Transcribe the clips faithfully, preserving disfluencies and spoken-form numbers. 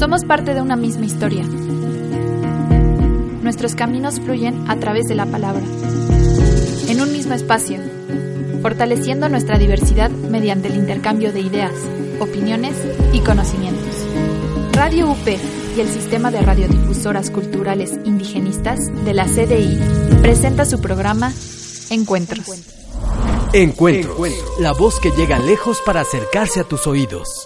Somos parte de una misma historia. Nuestros caminos fluyen a través de la palabra, en un mismo espacio, fortaleciendo nuestra diversidad mediante el intercambio de ideas, opiniones y conocimientos. Radio U P y el Sistema de Radiodifusoras Culturales Indigenistas de la C D I presenta su programa Encuentros. Encuentros, Encuentros, la voz que llega lejos para acercarse a tus oídos.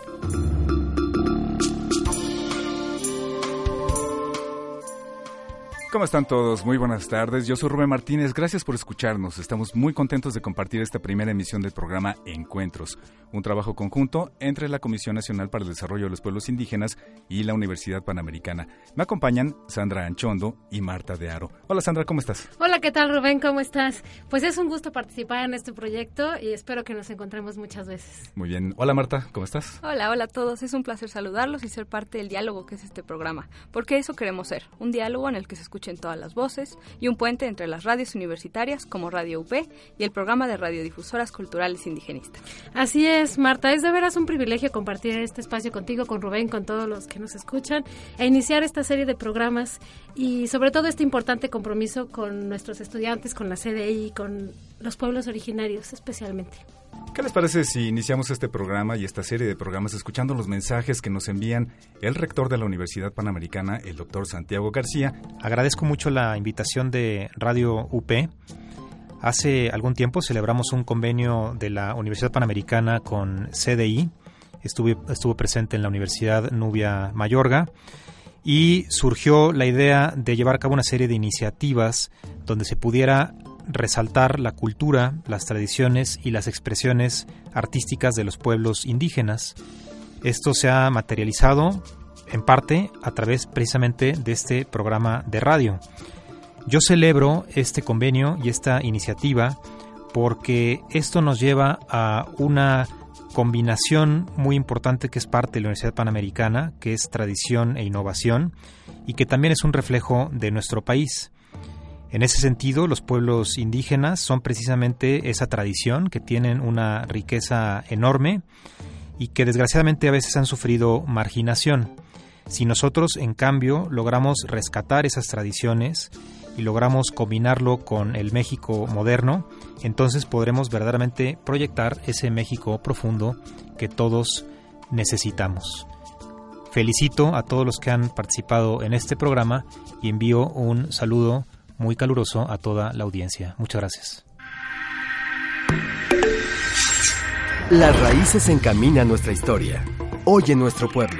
¿Cómo están todos? Muy buenas tardes. Yo soy Rubén Martínez. Gracias por escucharnos. Estamos muy contentos de compartir esta primera emisión del programa Encuentros, un trabajo conjunto entre la Comisión Nacional para el Desarrollo de los Pueblos Indígenas y la Universidad Panamericana. Me acompañan Sandra Anchondo y Marta de Aro. Hola Sandra, ¿cómo estás? Hola, ¿qué tal Rubén? ¿Cómo estás? Pues es un gusto participar en este proyecto y espero que nos encontremos muchas veces. Muy bien. Hola Marta, ¿cómo estás? Hola, hola a todos. Es un placer saludarlos y ser parte del diálogo que es este programa, porque eso queremos ser, un diálogo en el que se escuchen todas las voces y un puente entre las radios universitarias como Radio U P y el programa de radiodifusoras culturales indigenistas. Así es, Marta, es de veras un privilegio compartir este espacio contigo, con Rubén, con todos los que nos escuchan e iniciar esta serie de programas y sobre todo este importante compromiso con nuestros estudiantes, con la C D I y con los pueblos originarios especialmente. ¿Qué les parece si iniciamos este programa y esta serie de programas escuchando los mensajes que nos envían el rector de la Universidad Panamericana, el doctor Santiago García? Agradezco mucho la invitación de Radio U P. Hace algún tiempo celebramos un convenio de la Universidad Panamericana con C D I. Estuve, estuvo presente en la Universidad Nubia Mayorga y surgió la idea de llevar a cabo una serie de iniciativas donde se pudiera resaltar la cultura, las tradiciones y las expresiones artísticas de los pueblos indígenas. Esto se ha materializado en parte a través precisamente de este programa de radio. Yo celebro este convenio y esta iniciativa porque esto nos lleva a una combinación muy importante que es parte de la Universidad Panamericana, que es tradición e innovación y que también es un reflejo de nuestro país. En ese sentido, los pueblos indígenas son precisamente esa tradición que tienen una riqueza enorme y que desgraciadamente a veces han sufrido marginación. Si nosotros, en cambio, logramos rescatar esas tradiciones y logramos combinarlo con el México moderno, entonces podremos verdaderamente proyectar ese México profundo que todos necesitamos. Felicito a todos los que han participado en este programa y envío un saludo muy caluroso a toda la audiencia. Muchas gracias. Las raíces encaminan nuestra historia. Hoy en nuestro pueblo.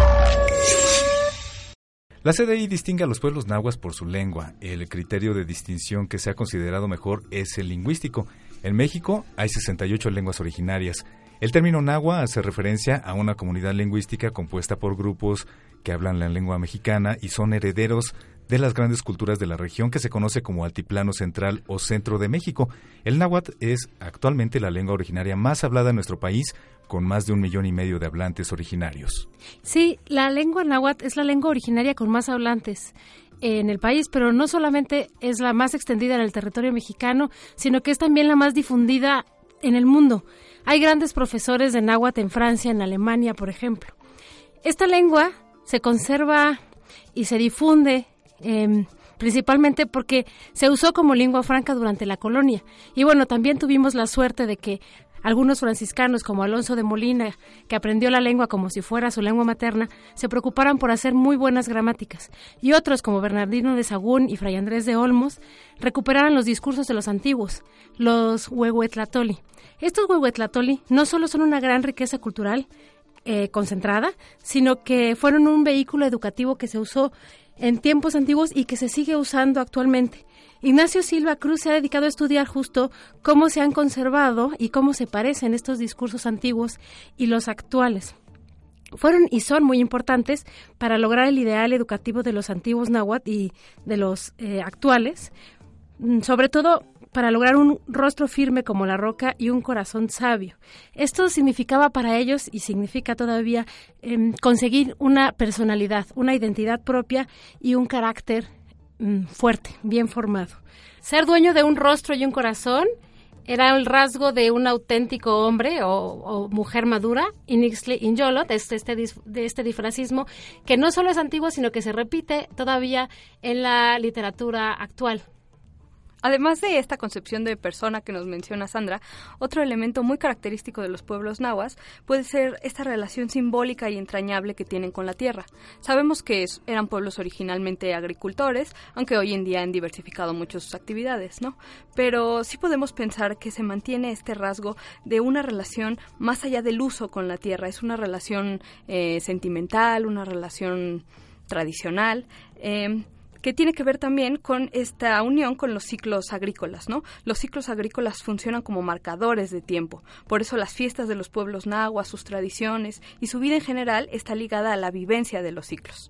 La C D I distingue a los pueblos nahuas por su lengua. El criterio de distinción que se ha considerado mejor es el lingüístico. En México hay sesenta y ocho lenguas originarias. El término nahua hace referencia a una comunidad lingüística compuesta por grupos que hablan la lengua mexicana y son herederos de las grandes culturas de la región que se conoce como Altiplano Central o Centro de México. El náhuatl es actualmente la lengua originaria más hablada en nuestro país, con más de un millón y medio de hablantes originarios. Sí, la lengua náhuatl es la lengua originaria con más hablantes en el país, pero no solamente es la más extendida en el territorio mexicano, sino que es también la más difundida en el mundo. Hay grandes profesores de náhuatl en Francia, en Alemania, por ejemplo. Esta lengua se conserva y se difunde Eh, principalmente porque se usó como lengua franca durante la colonia. Y bueno, también tuvimos la suerte de que algunos franciscanos como Alonso de Molina, que aprendió la lengua como si fuera su lengua materna, se preocuparan por hacer muy buenas gramáticas. Y otros como Bernardino de Sahagún y Fray Andrés de Olmos recuperaran los discursos de los antiguos, los huehuetlatoli. Estos huehuetlatoli no solo son una gran riqueza cultural eh, concentrada, sino que fueron un vehículo educativo que se usó en tiempos antiguos y que se sigue usando actualmente. Ignacio Silva Cruz se ha dedicado a estudiar justo cómo se han conservado y cómo se parecen estos discursos antiguos y los actuales. Fueron y son muy importantes para lograr el ideal educativo de los antiguos náhuatl y de los eh, actuales, sobre todo para lograr un rostro firme como la roca y un corazón sabio. Esto significaba para ellos, y significa todavía, eh, conseguir una personalidad, una identidad propia y un carácter mm, fuerte, bien formado. Ser dueño de un rostro y un corazón era el rasgo de un auténtico hombre o, o mujer madura, Inixtli Inyolot, este, este, de este disfrazismo, que no solo es antiguo, sino que se repite todavía en la literatura actual. Además de esta concepción de persona que nos menciona Sandra, otro elemento muy característico de los pueblos nahuas puede ser esta relación simbólica y entrañable que tienen con la tierra. Sabemos que es, eran pueblos originalmente agricultores, aunque hoy en día han diversificado mucho sus actividades, ¿no? Pero sí podemos pensar que se mantiene este rasgo de una relación más allá del uso con la tierra. Es una relación eh, sentimental, una relación tradicional, eh, que tiene que ver también con esta unión con los ciclos agrícolas, ¿no? Los ciclos agrícolas funcionan como marcadores de tiempo, por eso las fiestas de los pueblos nahuas, sus tradiciones y su vida en general está ligada a la vivencia de los ciclos.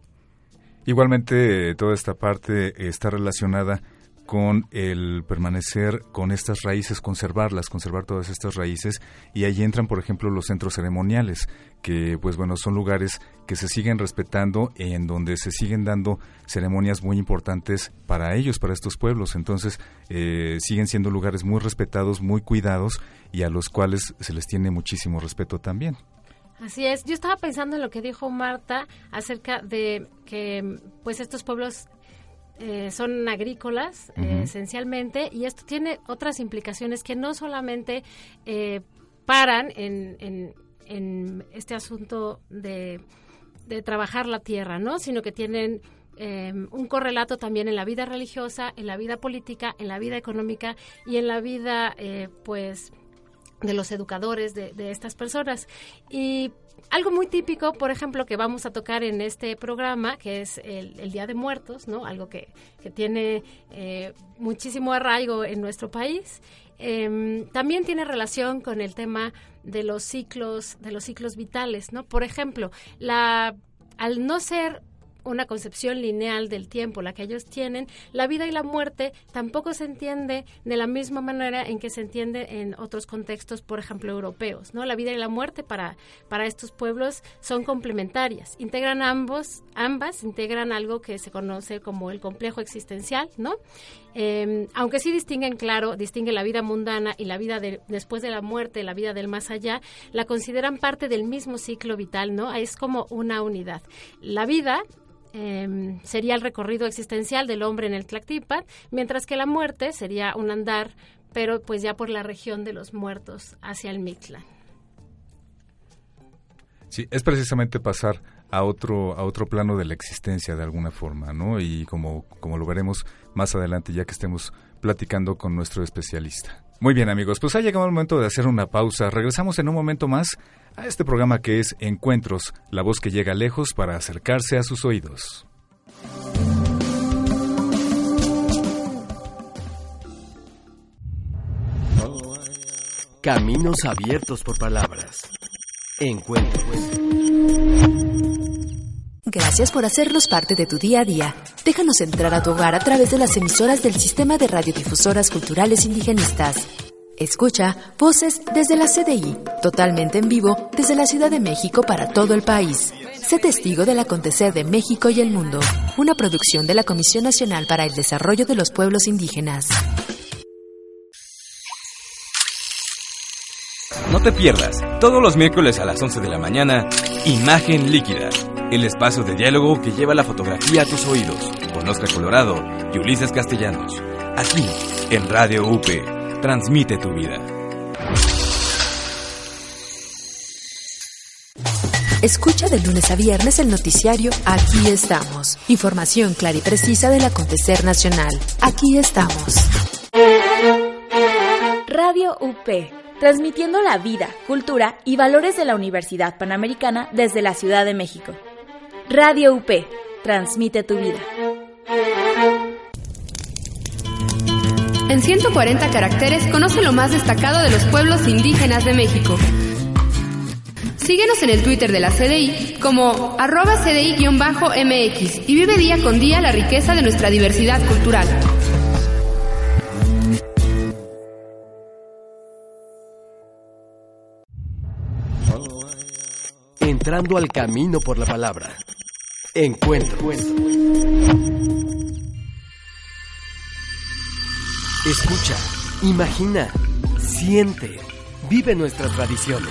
Igualmente, toda esta parte está relacionada con el permanecer con estas raíces, conservarlas, conservar todas estas raíces, y ahí entran, por ejemplo, los centros ceremoniales, que pues bueno, son lugares que se siguen respetando, en donde se siguen dando ceremonias muy importantes para ellos, para estos pueblos. Entonces eh, siguen siendo lugares muy respetados, muy cuidados, y a los cuales se les tiene muchísimo respeto también. Así es. Yo estaba pensando en lo que dijo Marta acerca de que pues estos pueblos Eh, son agrícolas, uh-huh. eh, esencialmente, y esto tiene otras implicaciones que no solamente eh, paran en, en, en este asunto de, de trabajar la tierra, ¿no? Sino que tienen eh, un correlato también en la vida religiosa, en la vida política, en la vida económica y en la vida, eh, pues, de los educadores de, de estas personas. Y algo muy típico, por ejemplo, que vamos a tocar en este programa, que es el, el Día de Muertos, ¿no? Algo que, que tiene eh, muchísimo arraigo en nuestro país. Eh, también tiene relación con el tema de los ciclos, de los ciclos vitales, ¿no? Por ejemplo, la, al no ser una concepción lineal del tiempo, la que ellos tienen, la vida y la muerte tampoco se entiende de la misma manera en que se entiende en otros contextos, por ejemplo, europeos, ¿no? La vida y la muerte para, para estos pueblos son complementarias, integran ambos, ambas, integran algo que se conoce como el complejo existencial, ¿no? Eh, aunque sí distinguen, claro, distinguen la vida mundana y la vida de, después de la muerte, la vida del más allá, la consideran parte del mismo ciclo vital, ¿no? Es como una unidad. La vida Eh, sería el recorrido existencial del hombre en el Tlactipan, mientras que la muerte sería un andar, pero pues ya por la región de los muertos hacia el Mictlán. Sí, es precisamente pasar a otro a otro plano de la existencia de alguna forma, ¿no? Y como, como lo veremos más adelante, ya que estemos platicando con nuestro especialista. Muy bien, amigos, pues ha llegado el momento de hacer una pausa. Regresamos en un momento más a este programa que es Encuentros, la voz que llega lejos para acercarse a sus oídos. Caminos abiertos por palabras. Encuentros. Gracias por hacernos parte de tu día a día. Déjanos entrar a tu hogar a través de las emisoras del Sistema de Radiodifusoras Culturales Indigenistas. Escucha Voces desde la C D I, totalmente en vivo desde la Ciudad de México para todo el país. Sé testigo del acontecer de México y el mundo, una producción de la Comisión Nacional para el Desarrollo de los Pueblos Indígenas. No te pierdas, todos los miércoles a las once de la mañana, Imagen Líquida, el espacio de diálogo que lleva la fotografía a tus oídos, con Oscar Colorado y Ulises Castellanos. Aquí, en Radio U P, transmite tu vida. Escucha de lunes a viernes el noticiario Aquí Estamos. Información clara y precisa del acontecer nacional. Aquí estamos. Radio U P, transmitiendo la vida, cultura y valores de la Universidad Panamericana desde la Ciudad de México. Radio U P, transmite tu vida. En ciento cuarenta caracteres conoce lo más destacado de los pueblos indígenas de México. Síguenos en el Twitter de la C D I como arroba C D I-M X y vive día con día la riqueza de nuestra diversidad cultural. Entrando al camino por la palabra. Encuentro. Escucha, imagina, Siente, vive nuestras tradiciones.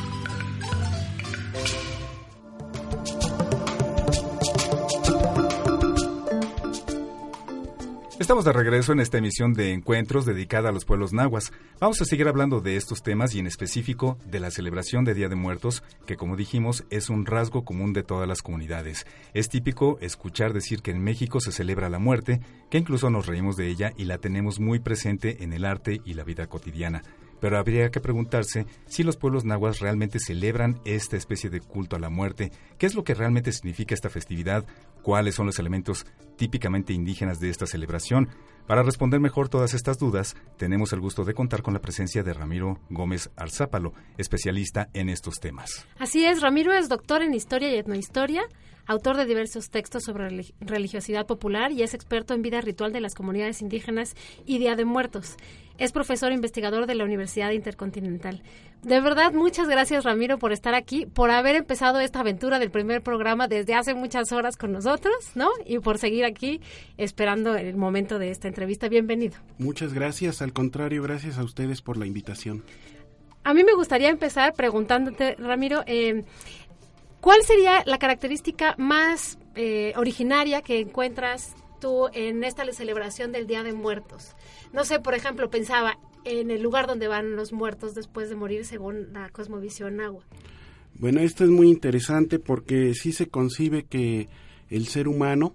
Estamos de regreso en esta emisión de Encuentros dedicada a los pueblos nahuas. Vamos a seguir hablando de estos temas y en específico de la celebración de Día de Muertos, que como dijimos es un rasgo común de todas las comunidades. Es típico escuchar decir que en México se celebra la muerte, que incluso nos reímos de ella y la tenemos muy presente en el arte y la vida cotidiana. Pero habría que preguntarse si los pueblos nahuas realmente celebran esta especie de culto a la muerte, qué es lo que realmente significa esta festividad, cuáles son los elementos típicamente indígenas de esta celebración. Para responder mejor todas estas dudas, tenemos el gusto de contar con la presencia de Ramiro Gómez Arzápalo, especialista en estos temas. Así es, Ramiro es doctor en Historia y Etnohistoria, autor de diversos textos sobre religiosidad popular y es experto en vida ritual de las comunidades indígenas y Día de Muertos. Es profesor e investigador de la Universidad Intercontinental. De verdad, muchas gracias, Ramiro, por estar aquí, por haber empezado esta aventura del primer programa desde hace muchas horas con nosotros, ¿no? Y por seguir aquí esperando el momento de esta entrevista. Bienvenido. Muchas gracias, al contrario, gracias a ustedes por la invitación. A mí me gustaría empezar preguntándote, Ramiro, eh, ¿cuál sería la característica más eh, originaria que encuentras tú en esta celebración del Día de Muertos? No sé, por ejemplo, pensaba en el lugar donde van los muertos después de morir según la cosmovisión nahua. Bueno, esto es muy interesante porque sí se concibe que el ser humano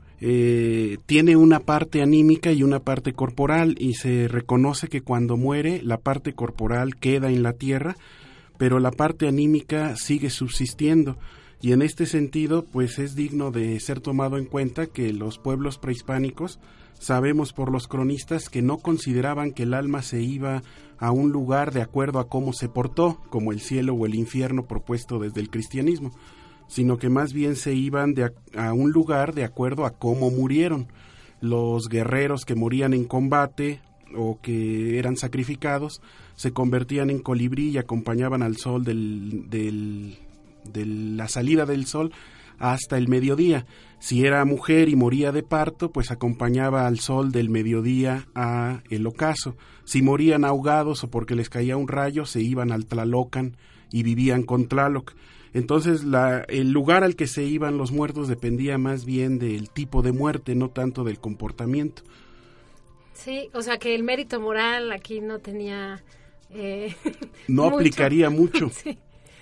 eh, tiene una parte anímica y una parte corporal y se reconoce que cuando muere la parte corporal queda en la tierra, pero la parte anímica sigue subsistiendo. Y en este sentido, pues es digno de ser tomado en cuenta que los pueblos prehispánicos, sabemos por los cronistas que no consideraban que el alma se iba a un lugar de acuerdo a cómo se portó, como el cielo o el infierno propuesto desde el cristianismo, sino que más bien se iban de a, a un lugar de acuerdo a cómo murieron. Los guerreros que morían en combate o que eran sacrificados se convertían en colibrí y acompañaban al sol del... del de la salida del sol hasta el mediodía. Si era mujer y moría de parto, pues acompañaba al sol del mediodía a el ocaso. Si morían ahogados o porque les caía un rayo, se iban al Tlalocan y vivían con Tlaloc. Entonces la, el lugar al que se iban los muertos dependía más bien del tipo de muerte, no tanto del comportamiento. Sí, o sea que el mérito moral aquí no tenía... Eh, no mucho. aplicaría mucho. Sí.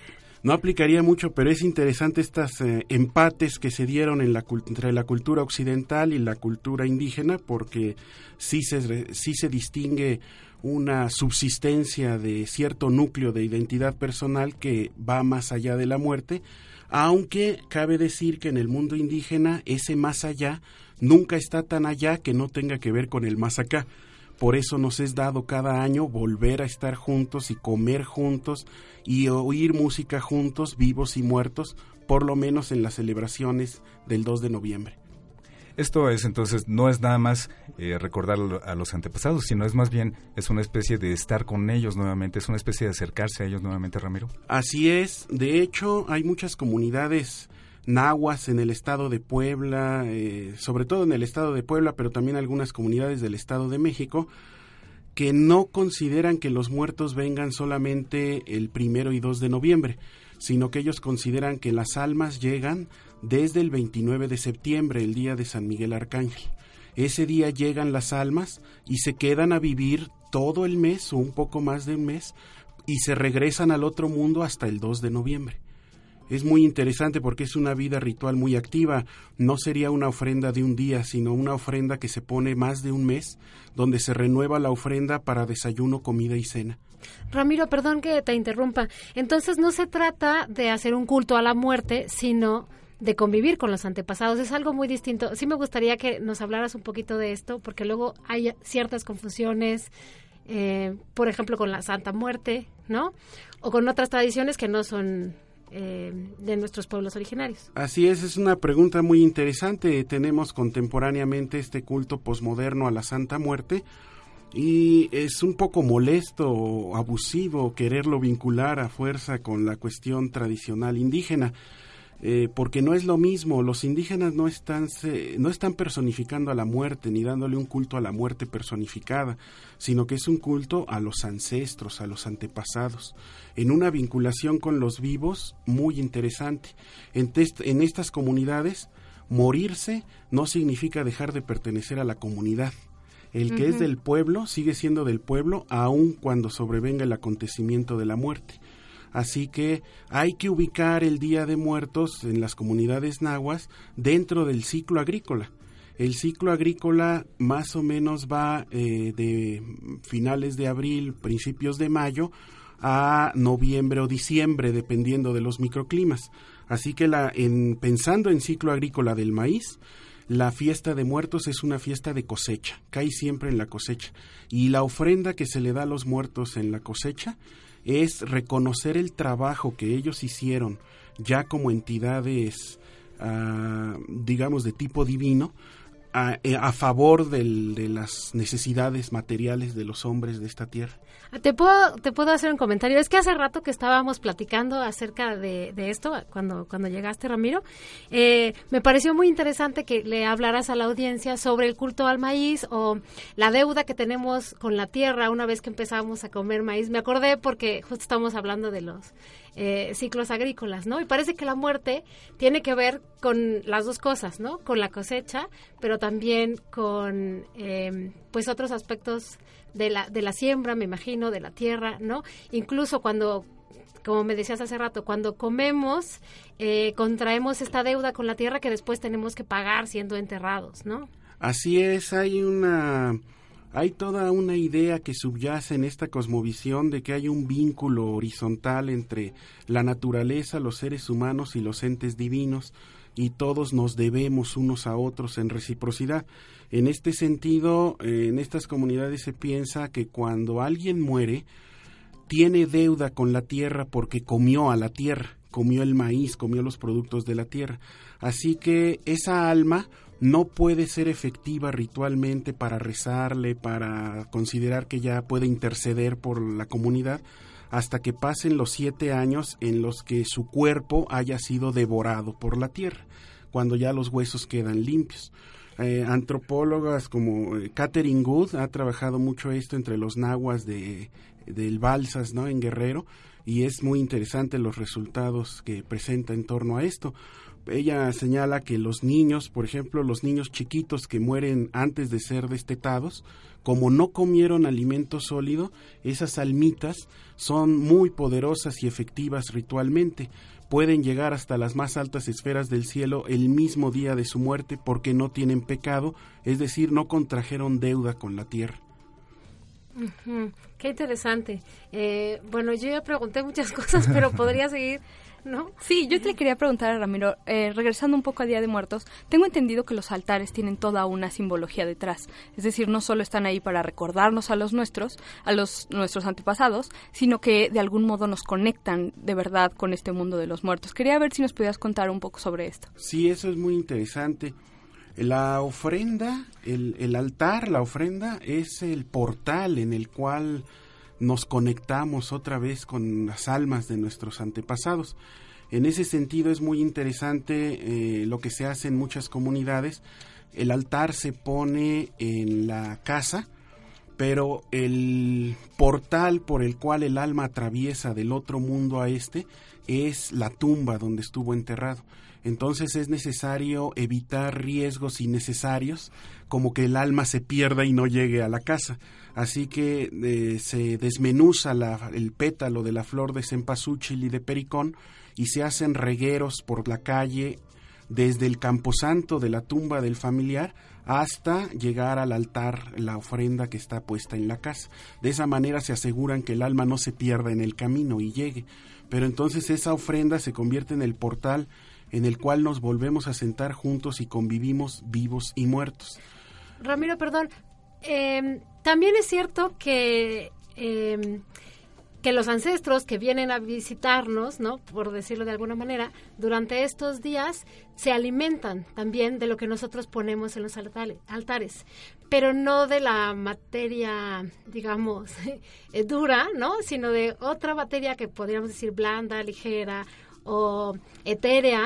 No aplicaría mucho, pero es interesante estos eh, empates que se dieron en la, entre la cultura occidental y la cultura indígena, porque sí se, sí se distingue una subsistencia de cierto núcleo de identidad personal que va más allá de la muerte, aunque cabe decir que en el mundo indígena ese más allá nunca está tan allá que no tenga que ver con el más acá. Por eso nos es dado cada año volver a estar juntos y comer juntos y oír música juntos, vivos y muertos, por lo menos en las celebraciones del dos de noviembre. Esto es entonces, no es nada más eh, recordar a los antepasados, sino es más bien, es una especie de estar con ellos nuevamente, es una especie de acercarse a ellos nuevamente, Ramiro. Así es, de hecho hay muchas comunidades nahuas en el estado de Puebla, eh, sobre todo en el estado de Puebla, pero también algunas comunidades del estado de México, que no consideran que los muertos vengan solamente el primero y dos de noviembre, sino que ellos consideran que las almas llegan desde el veintinueve de septiembre, el día de San Miguel Arcángel. Ese día llegan las almas y se quedan a vivir todo el mes o un poco más de un mes y se regresan al otro mundo hasta el dos de noviembre. Es muy interesante porque es una vida ritual muy activa. No sería una ofrenda de un día, sino una ofrenda que se pone más de un mes, donde se renueva la ofrenda para desayuno, comida y cena. Ramiro, perdón que te interrumpa. Entonces no se trata de hacer un culto a la muerte, sino de convivir con los antepasados. Es algo muy distinto. Sí me gustaría que nos hablaras un poquito de esto, porque luego hay ciertas confusiones, eh, por ejemplo, con la Santa Muerte, ¿no? O con otras tradiciones que no son... Eh, de nuestros pueblos originarios. Así es, es una pregunta muy interesante. Tenemos contemporáneamente este culto posmoderno a la Santa Muerte y es un poco molesto o abusivo quererlo vincular a fuerza con la cuestión tradicional indígena. Eh, porque no es lo mismo, los indígenas no están, se, no están personificando a la muerte, ni dándole un culto a la muerte personificada, sino que es un culto a los ancestros, a los antepasados, en una vinculación con los vivos muy interesante. En, test, en estas comunidades, morirse no significa dejar de pertenecer a la comunidad. El que uh-huh. es del pueblo sigue siendo del pueblo, aun cuando sobrevenga el acontecimiento de la muerte. Así que hay que ubicar el Día de Muertos en las comunidades nahuas dentro del ciclo agrícola. El ciclo agrícola más o menos va eh, de finales de abril, principios de mayo, a noviembre o diciembre, dependiendo de los microclimas. Así que la, en, pensando en ciclo agrícola del maíz, la fiesta de muertos es una fiesta de cosecha, cae siempre en la cosecha. Y la ofrenda que se le da a los muertos en la cosecha es reconocer el trabajo que ellos hicieron ya como entidades, uh, digamos, de tipo divino, a, a favor del, de las necesidades materiales de los hombres de esta tierra. Te puedo, te puedo hacer un comentario. Es que hace rato que estábamos platicando acerca de, de esto, cuando, cuando llegaste, Ramiro, eh, me pareció muy interesante que le hablaras a la audiencia sobre el culto al maíz o la deuda que tenemos con la tierra una vez que empezamos a comer maíz. Me acordé porque justo estamos hablando de los eh, ciclos agrícolas, ¿no? Y parece que la muerte tiene que ver con las dos cosas, ¿no? Con la cosecha, pero también con eh, pues otros aspectos de la de la siembra, me imagino, de la tierra, ¿no? Incluso cuando, como me decías hace rato, cuando comemos, eh, contraemos esta deuda con la tierra que después tenemos que pagar siendo enterrados, ¿no? Así es, hay una hay toda una idea que subyace en esta cosmovisión de que hay un vínculo horizontal entre la naturaleza, los seres humanos y los entes divinos, y todos nos debemos unos a otros en reciprocidad. En este sentido, eh, en estas comunidades se piensa que cuando alguien muere, tiene deuda con la tierra porque comió a la tierra, comió el maíz, comió los productos de la tierra. Así que esa alma no puede ser efectiva ritualmente para rezarle, para considerar que ya puede interceder por la comunidad, hasta que pasen los siete años en los que su cuerpo haya sido devorado por la tierra, cuando ya los huesos quedan limpios. Eh, antropólogas como eh, Catherine Good ha trabajado mucho esto entre los nahuas de del Balsas, ¿no?, en Guerrero, y es muy interesante los resultados que presenta en torno a esto. Ella señala que los niños, por ejemplo, los niños chiquitos que mueren antes de ser destetados, como no comieron alimento sólido, esas almitas son muy poderosas y efectivas ritualmente. Pueden llegar hasta las más altas esferas del cielo el mismo día de su muerte porque no tienen pecado, es decir, no contrajeron deuda con la tierra. Uh-huh. Qué interesante. Eh, bueno, yo ya pregunté muchas cosas, pero podría seguir, ¿no? Sí, yo te quería preguntar a Ramiro, eh, regresando un poco a Día de Muertos, tengo entendido que los altares tienen toda una simbología detrás, es decir, no solo están ahí para recordarnos a los nuestros, a los nuestros antepasados, sino que de algún modo nos conectan de verdad con este mundo de los muertos. Quería ver si nos pudieras contar un poco sobre esto. Sí, eso es muy interesante. La ofrenda, el, el altar, la ofrenda es el portal en el cual nos conectamos otra vez con las almas de nuestros antepasados. En ese sentido es muy interesante eh, lo que se hace en muchas comunidades. El altar se pone en la casa, pero el portal por el cual el alma atraviesa del otro mundo a este es la tumba donde estuvo enterrado. Entonces es necesario evitar riesgos innecesarios, como que el alma se pierda y no llegue a la casa. Así que eh, se desmenuza la, el pétalo de la flor de cempasúchil y de pericón y se hacen regueros por la calle desde el camposanto de la tumba del familiar hasta llegar al altar, la ofrenda que está puesta en la casa. De esa manera se aseguran que el alma no se pierda en el camino y llegue. Pero entonces esa ofrenda se convierte en el portal en el cual nos volvemos a sentar juntos y convivimos vivos y muertos. Ramiro, perdón, eh, también es cierto que eh, que los ancestros que vienen a visitarnos, ¿no?, por decirlo de alguna manera, durante estos días se alimentan también de lo que nosotros ponemos en los altares, pero no de la materia, digamos, dura, ¿no?, sino de otra materia que podríamos decir blanda, ligera o etérea,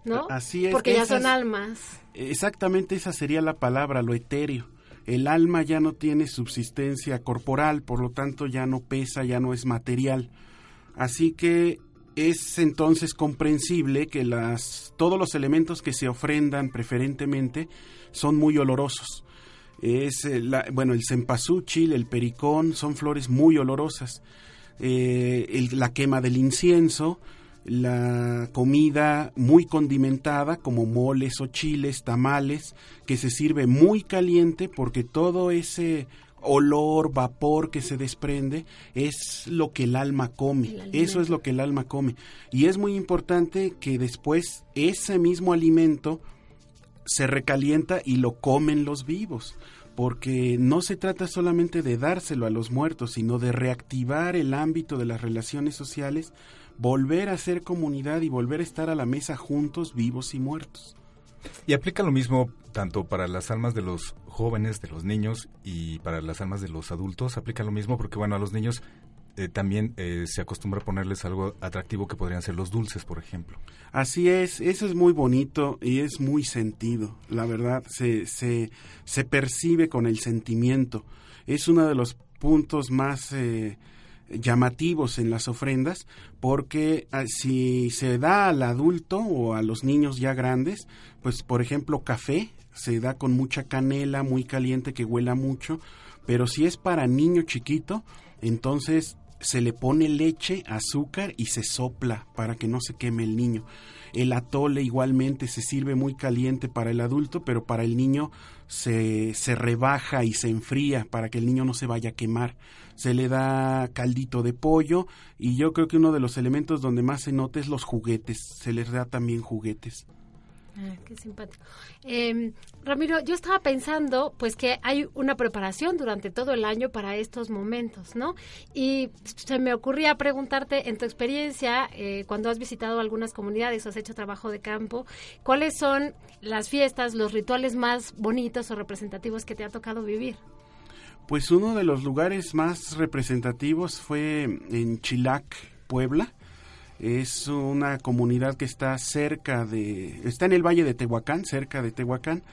¿no? Así es. Porque ya esas, son almas. Exactamente, esa sería la palabra, lo etéreo. El alma ya no tiene subsistencia corporal, por lo tanto ya no pesa, ya no es material. Así que es entonces comprensible que las, todos los elementos que se ofrendan preferentemente son muy olorosos. Es la, bueno, el cempasúchil, el pericón, son flores muy olorosas. Eh, el, la quema del incienso, la comida muy condimentada como moles o chiles, tamales, que se sirve muy caliente porque todo ese olor, vapor que se desprende es lo que el alma come, eso es lo que el alma come. Y es muy importante que después ese mismo alimento se recalienta y lo comen los vivos, porque no se trata solamente de dárselo a los muertos, sino de reactivar el ámbito de las relaciones sociales, volver a ser comunidad y volver a estar a la mesa juntos, vivos y muertos. Y aplica lo mismo tanto para las almas de los jóvenes, de los niños, y para las almas de los adultos. Aplica lo mismo porque, bueno, a los niños eh, también eh, se acostumbra a ponerles algo atractivo que podrían ser los dulces, por ejemplo. Así es, eso es muy bonito y es muy sentido, la verdad, se, se, se percibe con el sentimiento. Es uno de los puntos más eh, llamativos en las ofrendas, porque ah, si se da al adulto o a los niños ya grandes, pues por ejemplo café, se da con mucha canela, muy caliente, que huela mucho, pero si es para niño chiquito, entonces se le pone leche, azúcar y se sopla para que no se queme el niño. El atole igualmente se sirve muy caliente para el adulto, pero para el niño se, se rebaja y se enfría para que el niño no se vaya a quemar. Se le da caldito de pollo y yo creo que uno de los elementos donde más se nota es los juguetes. Se les da también juguetes. Ah, qué simpático. Eh, Ramiro, yo estaba pensando pues que hay una preparación durante todo el año para estos momentos, ¿no? Y se me ocurría preguntarte, en tu experiencia, eh, cuando has visitado algunas comunidades o has hecho trabajo de campo, ¿cuáles son las fiestas, los rituales más bonitos o representativos que te ha tocado vivir? Pues uno de los lugares más representativos fue en Chilac, Puebla. Es una comunidad que está cerca de, está en el Valle de Tehuacán, cerca de Tehuacán,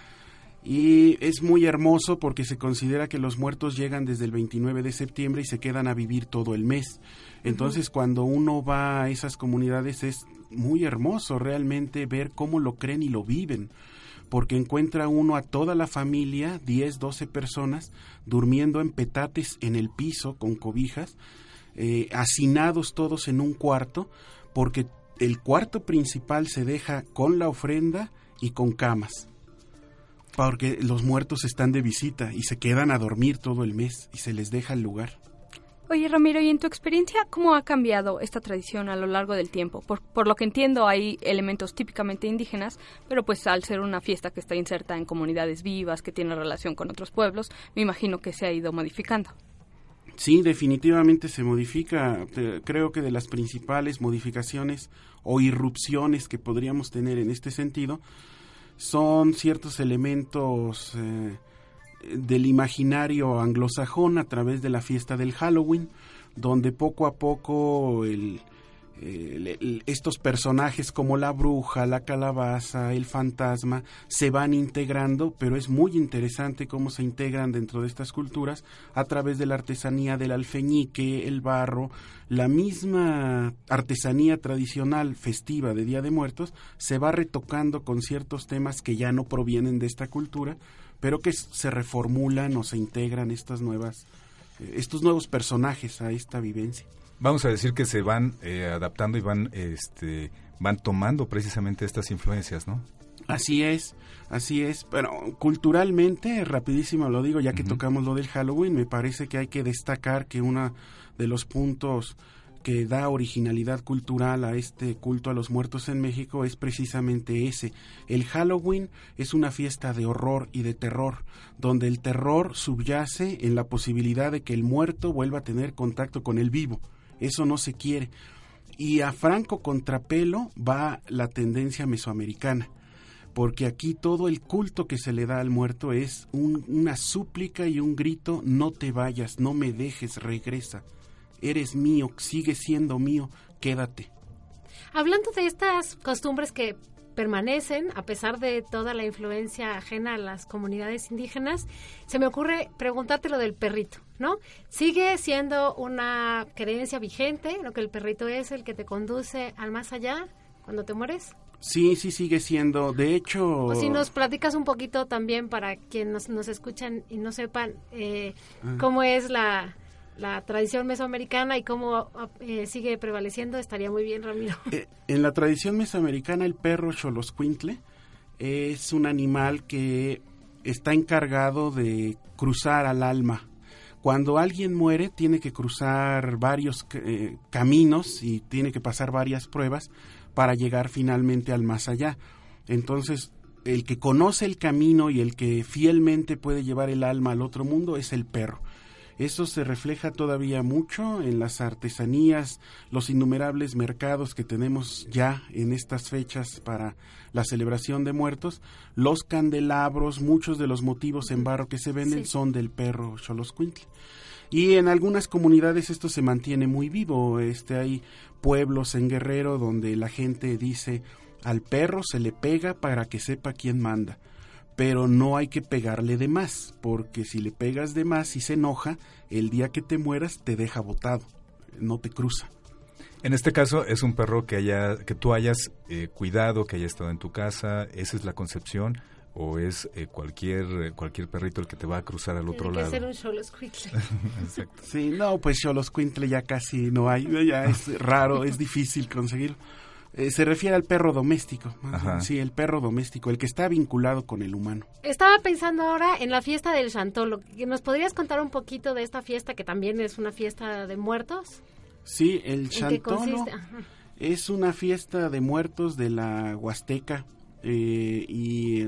y es muy hermoso porque se considera que los muertos llegan desde el veintinueve de septiembre y se quedan a vivir todo el mes. Entonces, uh-huh. cuando uno va a esas comunidades es muy hermoso realmente ver cómo lo creen y lo viven, porque encuentra uno a toda la familia, diez, doce personas, durmiendo en petates en el piso con cobijas, eh, hacinados todos en un cuarto, porque el cuarto principal se deja con la ofrenda y con camas, porque los muertos están de visita y se quedan a dormir todo el mes y se les deja el lugar. Oye, Ramiro, y en tu experiencia, ¿cómo ha cambiado esta tradición a lo largo del tiempo? Por, por lo que entiendo, hay elementos típicamente indígenas, pero pues al ser una fiesta que está inserta en comunidades vivas, que tiene relación con otros pueblos, me imagino que se ha ido modificando. Sí, definitivamente se modifica. Creo que de las principales modificaciones o irrupciones que podríamos tener en este sentido son ciertos elementos eh, del imaginario anglosajón a través de la fiesta del Halloween, donde poco a poco el, el, el, estos personajes como la bruja, la calabaza, el fantasma se van integrando, pero es muy interesante cómo se integran dentro de estas culturas a través de la artesanía del alfeñique, el barro, la misma artesanía tradicional festiva de Día de Muertos se va retocando con ciertos temas que ya no provienen de esta cultura, pero que se reformulan o se integran estas nuevas, eh, estos nuevos personajes a esta vivencia. Vamos a decir que se van eh, adaptando y van este van tomando precisamente estas influencias, ¿no? Así es, así es. Pero culturalmente, rapidísimo lo digo, ya que uh-huh. tocamos lo del Halloween, me parece que hay que destacar que uno de los puntos que da originalidad cultural a este culto a los muertos en México es precisamente ese. El Halloween es una fiesta de horror y de terror, donde el terror subyace en la posibilidad de que el muerto vuelva a tener contacto con el vivo. Eso no se quiere. Y a franco contrapelo va la tendencia mesoamericana, porque aquí todo el culto que se le da al muerto es un, una súplica y un grito: no te vayas, no me dejes, regresa, eres mío, sigue siendo mío, quédate. Hablando de estas costumbres que permanecen a pesar de toda la influencia ajena a las comunidades indígenas. Se me ocurre preguntarte lo del perrito, ¿no? ¿Sigue siendo una creencia vigente, lo que el perrito es el que te conduce al más allá cuando te mueres? Sí, sí sigue siendo. De hecho... O si nos platicas un poquito también para quienes nos, nos escuchan y no sepan eh, ah. cómo es la... la tradición mesoamericana y cómo eh, sigue prevaleciendo, estaría muy bien, Ramiro. Eh, en la tradición mesoamericana, el perro xoloscuintle es un animal que está encargado de cruzar al alma. Cuando alguien muere, tiene que cruzar varios eh, caminos y tiene que pasar varias pruebas para llegar finalmente al más allá. Entonces, el que conoce el camino y el que fielmente puede llevar el alma al otro mundo es el perro. Eso se refleja todavía mucho en las artesanías, los innumerables mercados que tenemos ya en estas fechas para la celebración de muertos. Los candelabros, muchos de los motivos en barro que se venden sí. son del perro xoloscuintle. Y en algunas comunidades esto se mantiene muy vivo. Este, hay pueblos en Guerrero donde la gente dice, al perro se le pega para que sepa quién manda. Pero no hay que pegarle de más, porque si le pegas de más y se enoja, el día que te mueras te deja botado, no te cruza. En este caso es un perro que haya, que tú hayas eh, cuidado, que haya estado en tu casa. ¿Esa es la concepción? ¿O es eh, cualquier cualquier perrito el que te va a cruzar al otro lado? Tiene que ser un xoloscuintle. Exacto. Sí, no, pues xoloscuintle ya casi no hay, ya es raro, es difícil conseguirlo. Eh, se refiere al perro doméstico. Ajá. Sí, el perro doméstico, el que está vinculado con el humano. Estaba pensando ahora en la fiesta del Chantolo. ¿Nos podrías contar un poquito de esta fiesta que también es una fiesta de muertos? Sí, el Chantolo es una fiesta de muertos de la Huasteca eh, y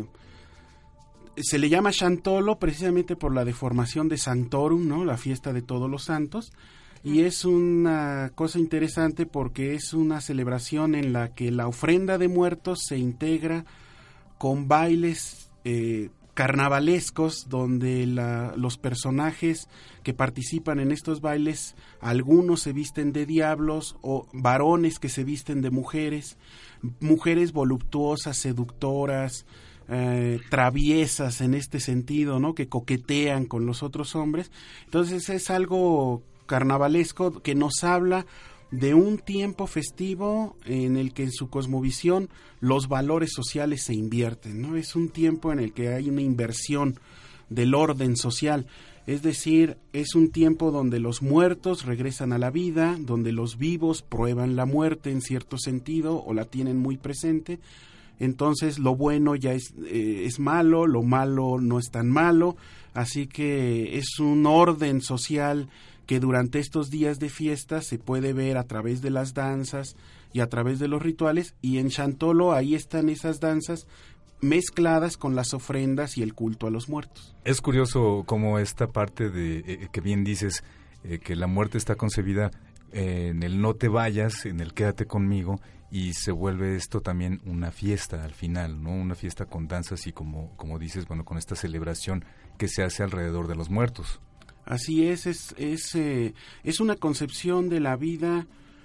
se le llama Chantolo precisamente por la deformación de Sanctorum, ¿no? La fiesta de todos los santos. Y es una cosa interesante porque es una celebración en la que la ofrenda de muertos se integra con bailes eh, carnavalescos donde la, los personajes que participan en estos bailes, algunos se visten de diablos o varones que se visten de mujeres, mujeres voluptuosas, seductoras, eh, traviesas en este sentido, ¿no? Que coquetean con los otros hombres. Entonces es algo carnavalesco que nos habla de un tiempo festivo en el que en su cosmovisión los valores sociales se invierten, ¿no? Es un tiempo en el que hay una inversión del orden social, es decir, es un tiempo donde los muertos regresan a la vida, donde los vivos prueban la muerte en cierto sentido o la tienen muy presente. Entonces lo bueno ya es, eh, es malo, lo malo no es tan malo, así que es un orden social que durante estos días de fiesta se puede ver a través de las danzas y a través de los rituales, y en Chantolo ahí están esas danzas mezcladas con las ofrendas y el culto a los muertos. Es curioso cómo esta parte de eh, que bien dices, eh, que la muerte está concebida eh, en el no te vayas, en el quédate conmigo, y se vuelve esto también una fiesta al final, ¿no? Una fiesta con danzas y como, como dices, bueno, con esta celebración que se hace alrededor de los muertos. Así es, es, es, eh, es una concepción de la vida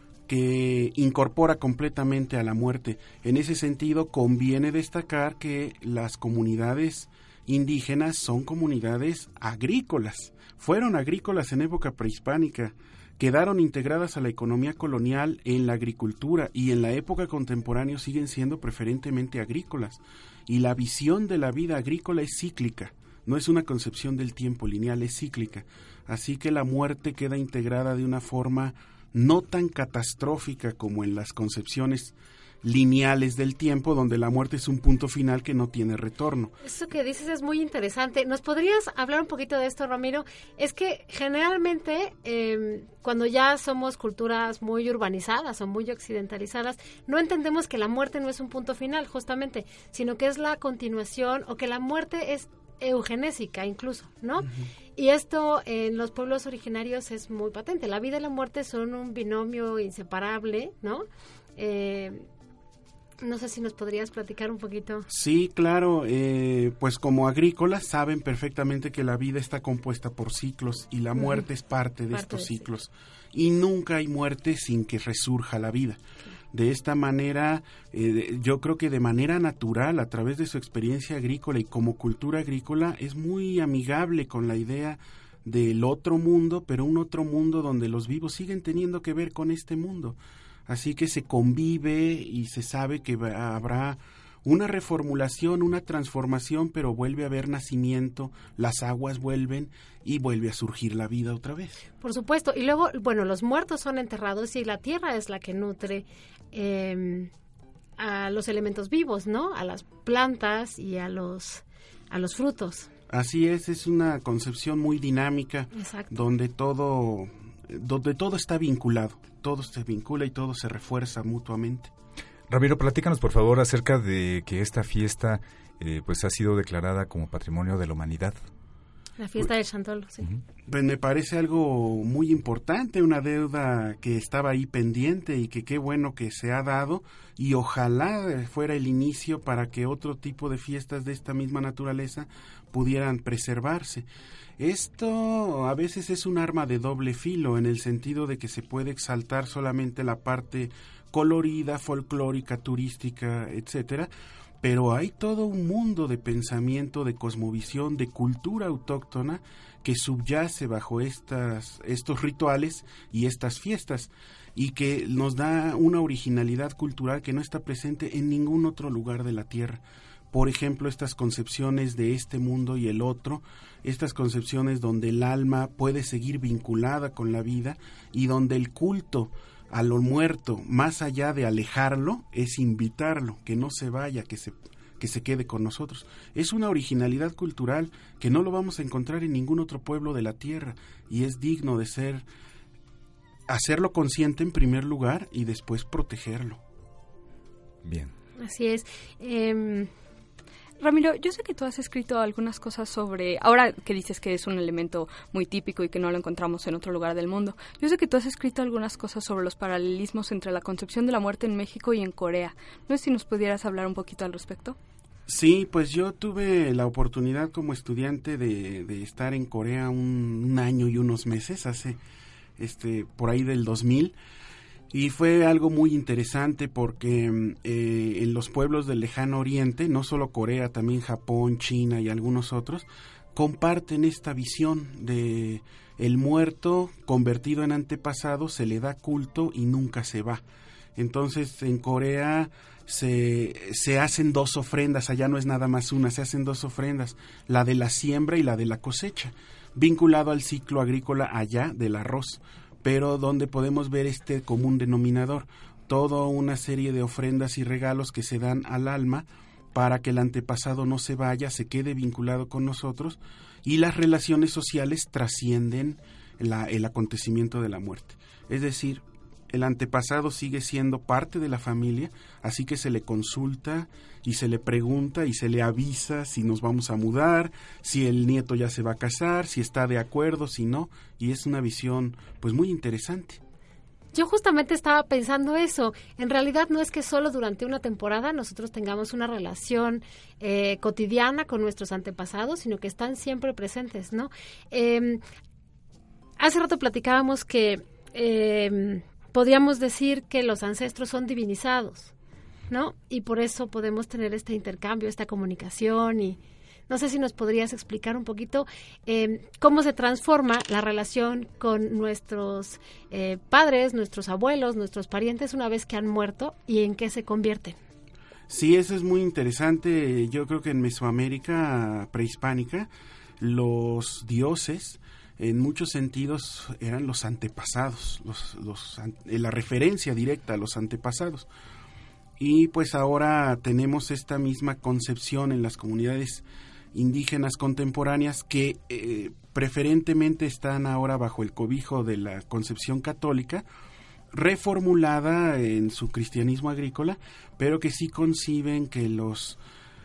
que incorpora completamente a la muerte. En ese sentido, conviene destacar que las comunidades indígenas son comunidades agrícolas. Fueron agrícolas en época prehispánica, quedaron integradas a la economía colonial en la agricultura y en la época contemporánea siguen siendo preferentemente agrícolas. Y la visión de la vida agrícola es cíclica. No es una concepción del tiempo lineal, es cíclica. Así que la muerte queda integrada de una forma no tan catastrófica como en las concepciones lineales del tiempo, donde la muerte es un punto final que no tiene retorno. Eso que dices es muy interesante. ¿Nos podrías hablar un poquito de esto, Ramiro? Es que generalmente eh, cuando ya somos culturas muy urbanizadas o muy occidentalizadas, no entendemos que la muerte no es un punto final, justamente, sino que es la continuación o que la muerte es eugenésica incluso, ¿no? Uh-huh. Y esto en los pueblos originarios es muy patente. La vida y la muerte son un binomio inseparable, ¿no? Eh, No sé si nos podrías platicar un poquito. Sí, claro, eh, pues como agrícolas saben perfectamente que la vida está compuesta por ciclos y la muerte uh-huh. es parte de parte estos de ciclos. Sí. Y nunca hay muerte sin que resurja la vida. Okay. De esta manera, eh, yo creo que de manera natural, a través de su experiencia agrícola y como cultura agrícola, es muy amigable con la idea del otro mundo, pero un otro mundo donde los vivos siguen teniendo que ver con este mundo. Así que se convive y se sabe que habrá una reformulación, una transformación, pero vuelve a haber nacimiento, las aguas vuelven y vuelve a surgir la vida otra vez. Por supuesto, y luego, bueno, los muertos son enterrados y la tierra es la que nutre eh, a los elementos vivos, ¿no? A las plantas y a los, a los frutos. Así es, es una concepción muy dinámica. Exacto. donde todo... donde todo está vinculado, todo se vincula y todo se refuerza mutuamente. Ramiro, platícanos por favor acerca de que esta fiesta eh, pues ha sido declarada como Patrimonio de la Humanidad. La fiesta pues, del Chantolo, sí. Pues me parece algo muy importante, una deuda que estaba ahí pendiente y que qué bueno que se ha dado y ojalá fuera el inicio para que otro tipo de fiestas de esta misma naturaleza pudieran preservarse. Esto a veces es un arma de doble filo en el sentido de que se puede exaltar solamente la parte colorida, folclórica, turística, etcétera, pero hay todo un mundo de pensamiento, de cosmovisión, de cultura autóctona que subyace bajo estas, estos rituales y estas fiestas y que nos da una originalidad cultural que no está presente en ningún otro lugar de la tierra. Por ejemplo, estas concepciones de este mundo y el otro, estas concepciones donde el alma puede seguir vinculada con la vida y donde el culto a lo muerto, más allá de alejarlo, es invitarlo, que no se vaya, que se, que se quede con nosotros. Es una originalidad cultural que no lo vamos a encontrar en ningún otro pueblo de la tierra y es digno de ser, hacerlo consciente en primer lugar y después protegerlo. Bien. Así es. Eh... Ramiro, yo sé que tú has escrito algunas cosas sobre, ahora que dices que es un elemento muy típico y que no lo encontramos en otro lugar del mundo, yo sé que tú has escrito algunas cosas sobre los paralelismos entre la concepción de la muerte en México y en Corea. No sé si nos pudieras hablar un poquito al respecto. Sí, pues yo tuve la oportunidad como estudiante de, de estar en Corea un, un año y unos meses, hace este por ahí del dos mil. Y fue algo muy interesante porque eh, en los pueblos del lejano oriente, no solo Corea, también Japón, China y algunos otros, comparten esta visión de el muerto convertido en antepasado, se le da culto y nunca se va. Entonces en Corea se, se hacen dos ofrendas, allá no es nada más una, se hacen dos ofrendas, la de la siembra y la de la cosecha, vinculado al ciclo agrícola allá del arroz, pero donde podemos ver este común denominador, toda una serie de ofrendas y regalos que se dan al alma para que el antepasado no se vaya, se quede vinculado con nosotros y las relaciones sociales trascienden la, el acontecimiento de la muerte. Es decir, el antepasado sigue siendo parte de la familia, así que se le consulta y se le pregunta y se le avisa si nos vamos a mudar, si el nieto ya se va a casar, si está de acuerdo, si no, y es una visión pues muy interesante. Yo justamente estaba pensando eso. En realidad no es que solo durante una temporada nosotros tengamos una relación eh, cotidiana con nuestros antepasados, sino que están siempre presentes, ¿no? Eh, hace rato platicábamos que eh, podríamos decir que los ancestros son divinizados, ¿no? Y por eso podemos tener este intercambio, esta comunicación y no sé si nos podrías explicar un poquito eh, cómo se transforma la relación con nuestros eh, padres, nuestros abuelos, nuestros parientes una vez que han muerto y en qué se convierten. Sí, eso es muy interesante. Yo creo que en Mesoamérica prehispánica los dioses en muchos sentidos eran los antepasados, los, los, la referencia directa a los antepasados. Y pues ahora tenemos esta misma concepción en las comunidades indígenas contemporáneas que eh, preferentemente están ahora bajo el cobijo de la concepción católica, reformulada en su cristianismo agrícola, pero que sí conciben que los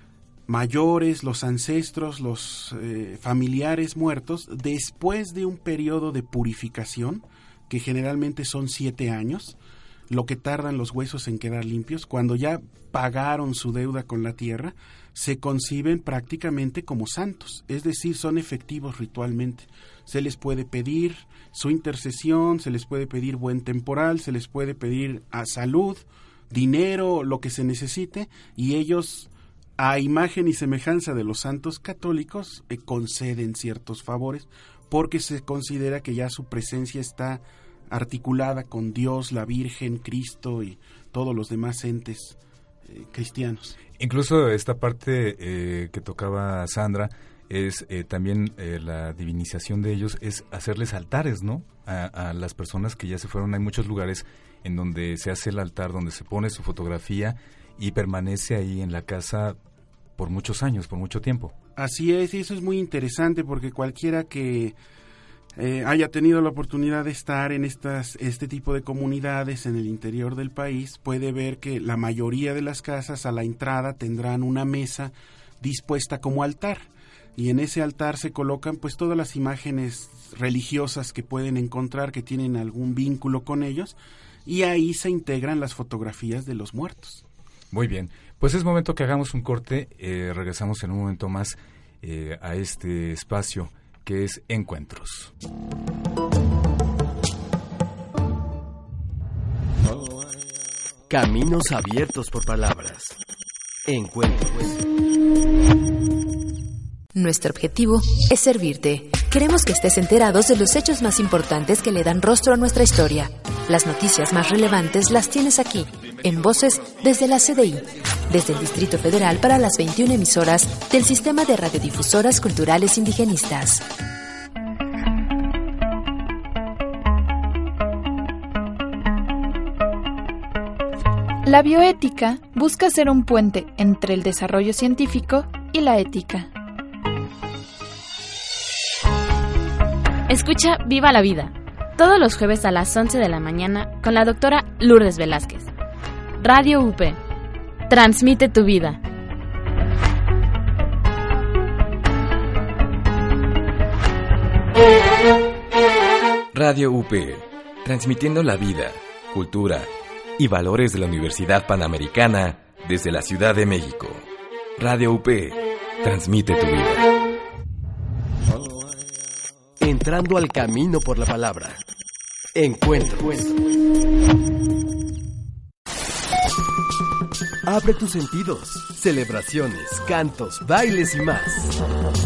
mayores, los ancestros, los eh, familiares muertos, después de un periodo de purificación, que generalmente son siete años, lo que tardan los huesos en quedar limpios, cuando ya pagaron su deuda con la tierra, se conciben prácticamente como santos, es decir, son efectivos ritualmente. Se les puede pedir su intercesión, se les puede pedir buen temporal, se les puede pedir a salud, dinero, lo que se necesite, y ellos, a imagen y semejanza de los santos católicos, eh, conceden ciertos favores, porque se considera que ya su presencia está articulada con Dios, la Virgen, Cristo y todos los demás entes eh, cristianos. Incluso esta parte eh, que tocaba Sandra es eh, también eh, la divinización de ellos, es hacerles altares, ¿no? A, a las personas que ya se fueron. Hay muchos lugares en donde se hace el altar, donde se pone su fotografía y permanece ahí en la casa por muchos años, por mucho tiempo. Así es, y eso es muy interesante porque cualquiera que eh, haya tenido la oportunidad de estar en estas este tipo de comunidades en el interior del país puede ver que la mayoría de las casas a la entrada tendrán una mesa dispuesta como altar, y en ese altar se colocan pues todas las imágenes religiosas que pueden encontrar que tienen algún vínculo con ellos, y ahí se integran las fotografías de los muertos. Muy bien, pues es momento que hagamos un corte, eh, regresamos en un momento más eh, a este espacio que es Encuentros. Caminos abiertos por palabras. Encuentros. Nuestro objetivo es servirte. Queremos que estés enterados de los hechos más importantes que le dan rostro a nuestra historia. Las noticias más relevantes las tienes aquí, en Voces desde la C D I, desde el Distrito Federal para las veintiuna emisoras del Sistema de Radiodifusoras Culturales Indigenistas. La bioética busca ser un puente entre el desarrollo científico y la ética. Escucha Viva la Vida, todos los jueves a las once de la mañana con la doctora Lourdes Velázquez. Radio U P, transmite tu vida. Radio U P, transmitiendo la vida, cultura y valores de la Universidad Panamericana desde la Ciudad de México. Radio U P, transmite tu vida. Entrando al camino por la palabra. Encuentros. Abre tus sentidos. Celebraciones, cantos, bailes y más.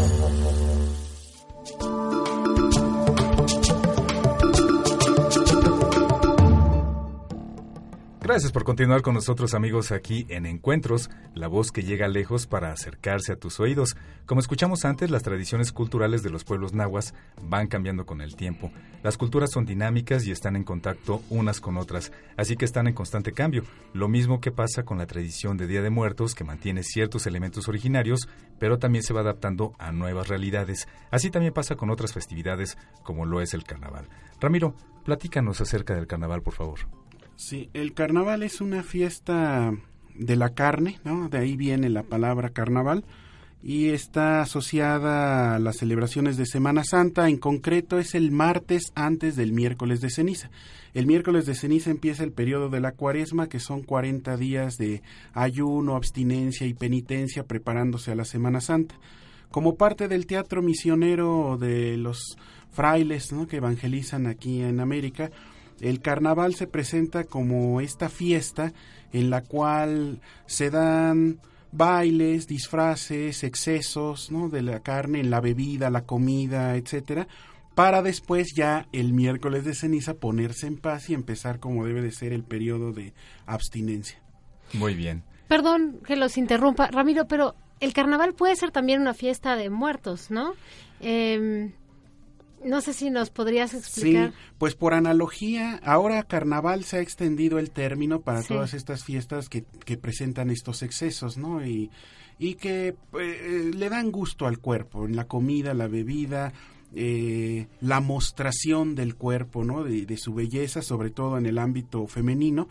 Gracias por continuar con nosotros, amigos, aquí en Encuentros, la voz que llega lejos para acercarse a tus oídos. Como escuchamos antes, las tradiciones culturales de los pueblos nahuas van cambiando con el tiempo. Las culturas son dinámicas y están en contacto unas con otras, así que están en constante cambio. Lo mismo que pasa con la tradición de Día de Muertos, que mantiene ciertos elementos originarios, pero también se va adaptando a nuevas realidades. Así también pasa con otras festividades, como lo es el carnaval. Ramiro, platícanos acerca del carnaval, por favor. Sí, el carnaval es una fiesta de la carne, ¿no? De ahí viene la palabra carnaval, y está asociada a las celebraciones de Semana Santa. En concreto es el martes antes del miércoles de ceniza. El miércoles de ceniza empieza el periodo de la cuaresma, que son cuarenta días de ayuno, abstinencia y penitencia preparándose a la Semana Santa. Como parte del teatro misionero de los frailes, ¿no?, que evangelizan aquí en América, el carnaval se presenta como esta fiesta en la cual se dan bailes, disfraces, excesos, ¿no?, de la carne en la bebida, la comida, etcétera, para después ya el miércoles de ceniza ponerse en paz y empezar como debe de ser el periodo de abstinencia. Muy bien. Perdón que los interrumpa, Ramiro, pero el carnaval puede ser también una fiesta de muertos, ¿no? Eh... No sé si nos podrías explicar. Sí, pues por analogía, ahora carnaval se ha extendido el término para sí. todas estas fiestas que, que presentan estos excesos, ¿no? Y, y que eh, le dan gusto al cuerpo, en la comida, la bebida, eh, la mostración del cuerpo, ¿no?, de, de su belleza, sobre todo en el ámbito femenino.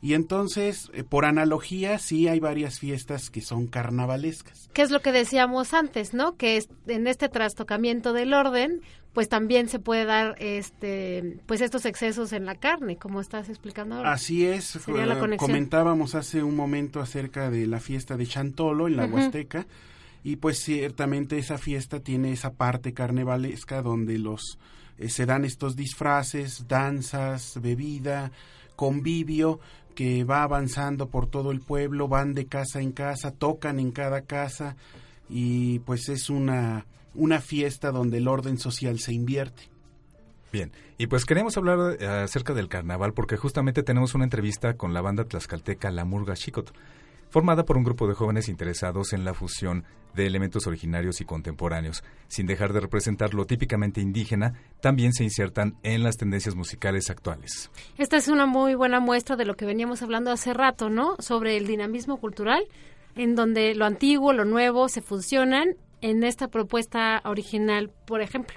Y entonces, eh, por analogía, sí hay varias fiestas que son carnavalescas. ¿Qué es lo que decíamos antes, no? Que es, en este trastocamiento del orden, pues también se puede dar este pues estos excesos en la carne, como estás explicando ahora. Así es. Sería la conexión. Comentábamos hace un momento acerca de la fiesta de Chantolo en la uh-huh. Huasteca, y pues ciertamente esa fiesta tiene esa parte carnavalesca donde los eh, se dan estos disfraces, danzas, bebida, convivio, que va avanzando por todo el pueblo, van de casa en casa, tocan en cada casa, y pues es una, una fiesta donde el orden social se invierte. Bien, y pues queremos hablar eh, acerca del carnaval porque justamente tenemos una entrevista con la banda tlaxcalteca La Murga Xicotl, formada por un grupo de jóvenes interesados en la fusión de elementos originarios y contemporáneos. Sin dejar de representar lo típicamente indígena, también se insertan en las tendencias musicales actuales. Esta es una muy buena muestra de lo que veníamos hablando hace rato, ¿no? Sobre el dinamismo cultural, en donde lo antiguo, lo nuevo se fusionan en esta propuesta original, por ejemplo.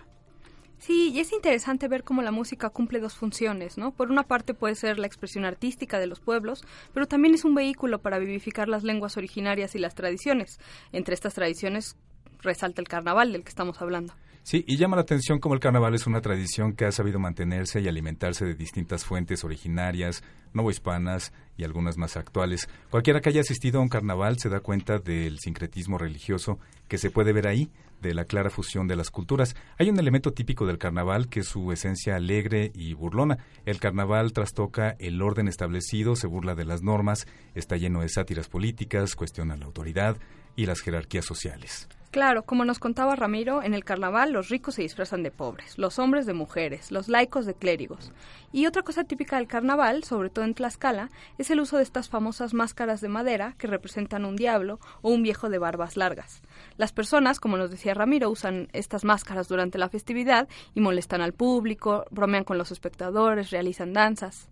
Sí, y es interesante ver cómo la música cumple dos funciones, ¿no? Por una parte puede ser la expresión artística de los pueblos, pero también es un vehículo para vivificar las lenguas originarias y las tradiciones. Entre estas tradiciones resalta el carnaval del que estamos hablando. Sí, y llama la atención cómo el carnaval es una tradición que ha sabido mantenerse y alimentarse de distintas fuentes originarias, novohispanas y algunas más actuales. Cualquiera que haya asistido a un carnaval se da cuenta del sincretismo religioso que se puede ver ahí, de la clara fusión de las culturas. Hay un elemento típico del carnaval que es su esencia alegre y burlona. El carnaval trastoca el orden establecido, se burla de las normas, está lleno de sátiras políticas, cuestiona la autoridad y las jerarquías sociales. Claro, como nos contaba Ramiro, en el carnaval los ricos se disfrazan de pobres, los hombres de mujeres, los laicos de clérigos. Y otra cosa típica del carnaval, sobre todo en Tlaxcala, es el uso de estas famosas máscaras de madera que representan un diablo o un viejo de barbas largas. Las personas, como nos decía Ramiro, usan estas máscaras durante la festividad y molestan al público, bromean con los espectadores, realizan danzas.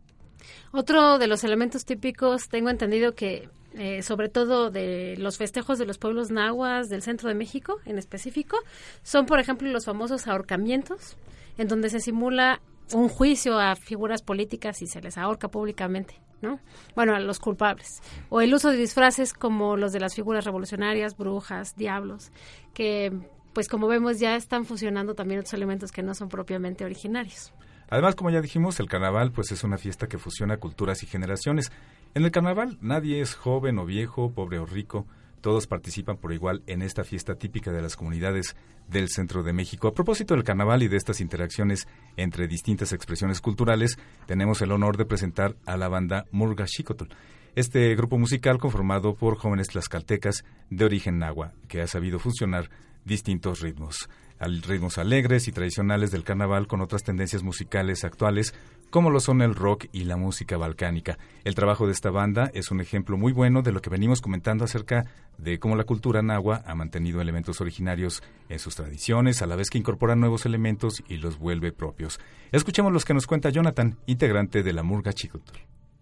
Otro de los elementos típicos, tengo entendido que Eh, sobre todo de los festejos de los pueblos nahuas del centro de México en específico, son por ejemplo los famosos ahorcamientos, en donde se simula un juicio a figuras políticas y se les ahorca públicamente, ¿no? Bueno, a los culpables. O el uso de disfraces como los de las figuras revolucionarias, brujas, diablos, que pues como vemos ya están fusionando también otros elementos que no son propiamente originarios. Además, como ya dijimos, el carnaval pues es una fiesta que fusiona culturas y generaciones. En el carnaval nadie es joven o viejo, pobre o rico, todos participan por igual en esta fiesta típica de las comunidades del centro de México. A propósito del carnaval y de estas interacciones entre distintas expresiones culturales, tenemos el honor de presentar a la banda Murga Xicotl. Este grupo musical conformado por jóvenes tlaxcaltecas de origen nahua, que ha sabido fusionar distintos ritmos, ritmos alegres y tradicionales del carnaval con otras tendencias musicales actuales, como lo son el rock y la música balcánica. El trabajo de esta banda es un ejemplo muy bueno de lo que venimos comentando acerca de cómo la cultura nahua ha mantenido elementos originarios en sus tradiciones, a la vez que incorpora nuevos elementos y los vuelve propios. Escuchemos los que nos cuenta Jonathan, integrante de la Murga Xicotl.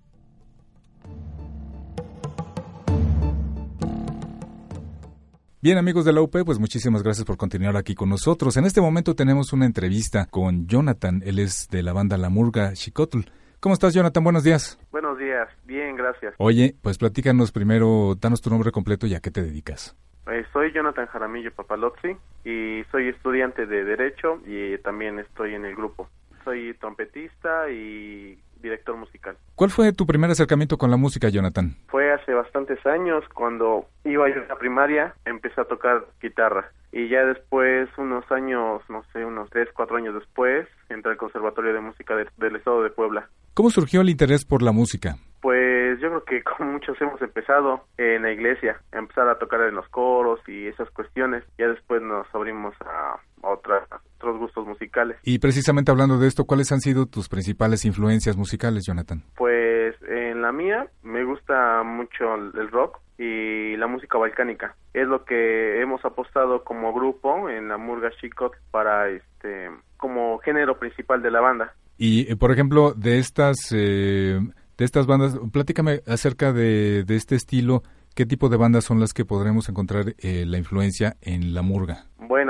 Bien, amigos de la U P, pues muchísimas gracias por continuar aquí con nosotros. En este momento tenemos una entrevista con Jonathan, él es de la banda La Murga Xicotl. ¿Cómo estás, Jonathan? Buenos días. Buenos días, bien, gracias. Oye, pues platícanos primero, danos tu nombre completo y a qué te dedicas. Eh, soy Jonathan Jaramillo Papalozzi y soy estudiante de Derecho y también estoy en el grupo. Soy trompetista y director musical. ¿Cuál fue tu primer acercamiento con la música, Jonathan? Fue hace bastantes años, cuando iba yo a la primaria, empecé a tocar guitarra. Y ya después, unos años, no sé, unos tres, cuatro años después, entré al Conservatorio de Música de, del Estado de Puebla. ¿Cómo surgió el interés por la música? Pues yo creo que como muchos hemos empezado en la iglesia, a empezar a tocar en los coros y esas cuestiones. Ya después nos abrimos a, a otras, otros gustos musicales. Y precisamente hablando de esto, ¿cuáles han sido tus principales influencias musicales, Jonathan? Pues en la mía me gusta mucho el rock y la música balcánica. Es lo que hemos apostado como grupo en la Murga Xicotl para este como género principal de la banda. Y, por ejemplo, de estas eh, de estas bandas, platícame acerca de, de este estilo, ¿qué tipo de bandas son las que podremos encontrar eh, la influencia en la murga? Bueno,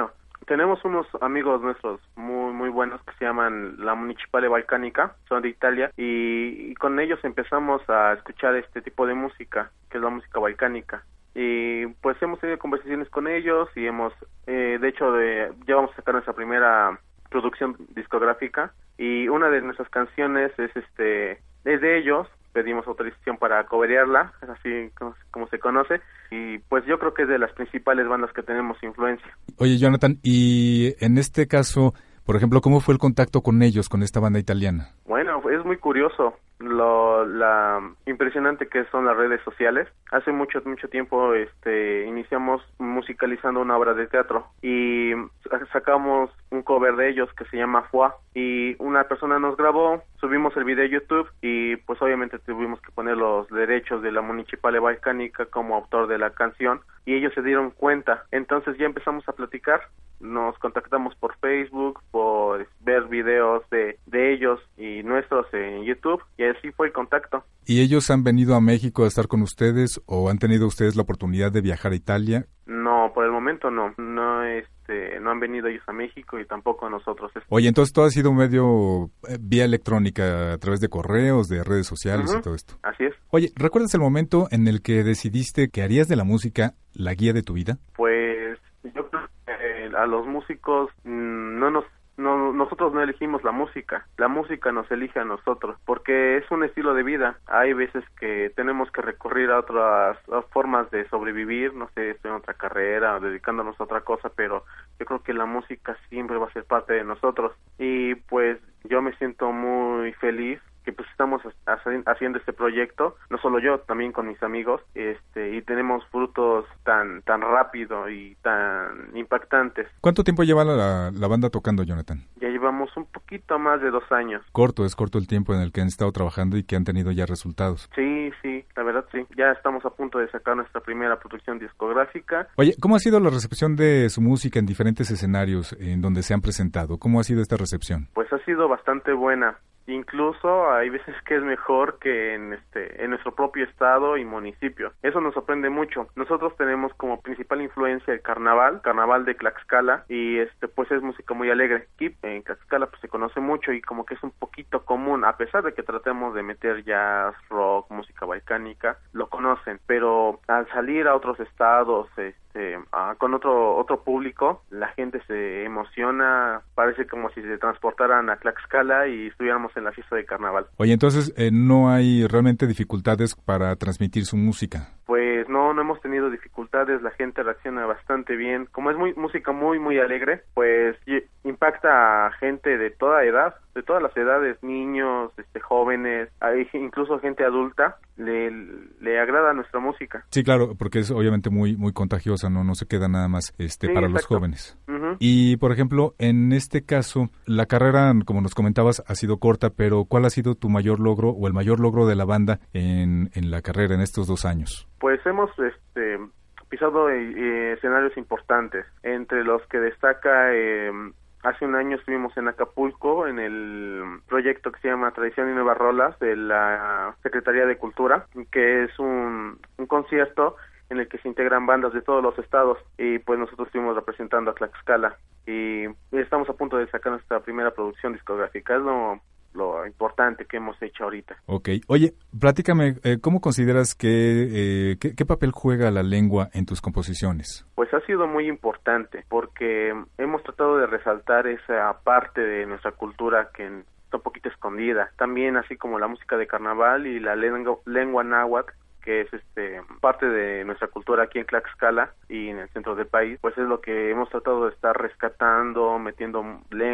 tenemos unos amigos nuestros muy muy buenos que se llaman la Municipale Balcánica, son de Italia, y, y con ellos empezamos a escuchar este tipo de música, que es la música balcánica. Y pues hemos tenido conversaciones con ellos y hemos, eh, de hecho, de, ya vamos a sacar nuestra primera producción discográfica, y una de nuestras canciones es este es de ellos. Pedimos autorización para coverearla, así como, como se conoce, y pues yo creo que es de las principales bandas que tenemos influencia. Oye, Jonathan, y en este caso, por ejemplo, ¿cómo fue el contacto con ellos, con esta banda italiana? Bueno, es muy curioso lo la impresionante que son las redes sociales. Hace mucho mucho tiempo este iniciamos musicalizando una obra de teatro y sacamos un cover de ellos que se llama Fua, y una persona nos grabó, subimos el video a YouTube y pues obviamente tuvimos que poner los derechos de la Municipale Balcánica como autor de la canción, y ellos se dieron cuenta. Entonces ya empezamos a platicar, nos contactamos por Facebook, por ver videos de, de ellos y nuestros en YouTube, y así fue el contacto. ¿Y ellos han venido a México a estar con ustedes o han tenido ustedes la oportunidad de viajar a Italia? No, por el momento no, no este, no han venido ellos a México y tampoco nosotros. Oye, entonces todo ha sido medio eh, vía electrónica, a través de correos, de redes sociales. Uh-huh. Y todo esto. Así es. Oye, ¿recuerdas el momento en el que decidiste que harías de la música la guía de tu vida? Pues yo creo que eh, a los músicos mmm, no nos No, nosotros no elegimos la música, la música nos elige a nosotros, porque es un estilo de vida. Hay veces que tenemos que recurrir a otras a formas de sobrevivir, no sé, estoy en otra carrera, dedicándonos a otra cosa, pero yo creo que la música siempre va a ser parte de nosotros. Y pues yo me siento muy feliz que pues estamos haciendo este proyecto, no solo yo, también con mis amigos, este y tenemos frutos tan tan rápido y tan impactantes. ¿Cuánto tiempo lleva la, la banda tocando, Jonathan? Ya llevamos un poquito más de dos años. Corto, es corto el tiempo en el que han estado trabajando y que han tenido ya resultados. Sí, sí, la verdad sí. Ya estamos a punto de sacar nuestra primera producción discográfica. Oye, ¿cómo ha sido la recepción de su música en diferentes escenarios en donde se han presentado? ¿Cómo ha sido esta recepción? Pues ha sido bastante buena. Incluso hay veces que es mejor que en este en nuestro propio estado y municipio. Eso nos sorprende mucho. Nosotros tenemos como principal influencia el carnaval, carnaval de Tlaxcala, y este pues es música muy alegre. Aquí en Tlaxcala pues se conoce mucho y como que es un poquito común, a pesar de que tratemos de meter jazz, rock, música balcánica, lo conocen, pero al salir a otros estados, este, a, con otro otro público, la gente se emociona, parece como si se transportaran a Tlaxcala y estuviéramos en la fiesta de carnaval. Oye, entonces, eh, ¿no hay realmente dificultades para transmitir su música? Pues no, no hemos tenido dificultades, la gente reacciona bastante bien. Como es muy música muy, muy alegre, pues impacta a gente de toda edad, de todas las edades, niños, este, jóvenes, hay incluso gente adulta, le, le agrada nuestra música. Sí, claro, porque es obviamente muy muy contagiosa, no no se queda nada más este sí, para exacto. los jóvenes. Uh-huh. Y, por ejemplo, en este caso, la carrera, como nos comentabas, ha sido corta, pero ¿cuál ha sido tu mayor logro o el mayor logro de la banda en, en la carrera en estos dos años? Pues hemos este pisado eh, escenarios importantes, entre los que destaca eh, hace un año estuvimos en Acapulco en el proyecto que se llama Tradición y Nuevas Rolas de la Secretaría de Cultura, que es un, un concierto en el que se integran bandas de todos los estados, y pues nosotros estuvimos representando a Tlaxcala y estamos a punto de sacar nuestra primera producción discográfica. Es lo lo importante que hemos hecho ahorita. Ok. Oye, platícame, eh, ¿cómo consideras que, eh, que, qué papel juega la lengua en tus composiciones? Pues ha sido muy importante, porque hemos tratado de resaltar esa parte de nuestra cultura que está un poquito escondida. También, así como la música de carnaval y la lengua, lengua náhuatl, que es este parte de nuestra cultura aquí en Tlaxcala y en el centro del país, pues es lo que hemos tratado de estar rescatando, metiendo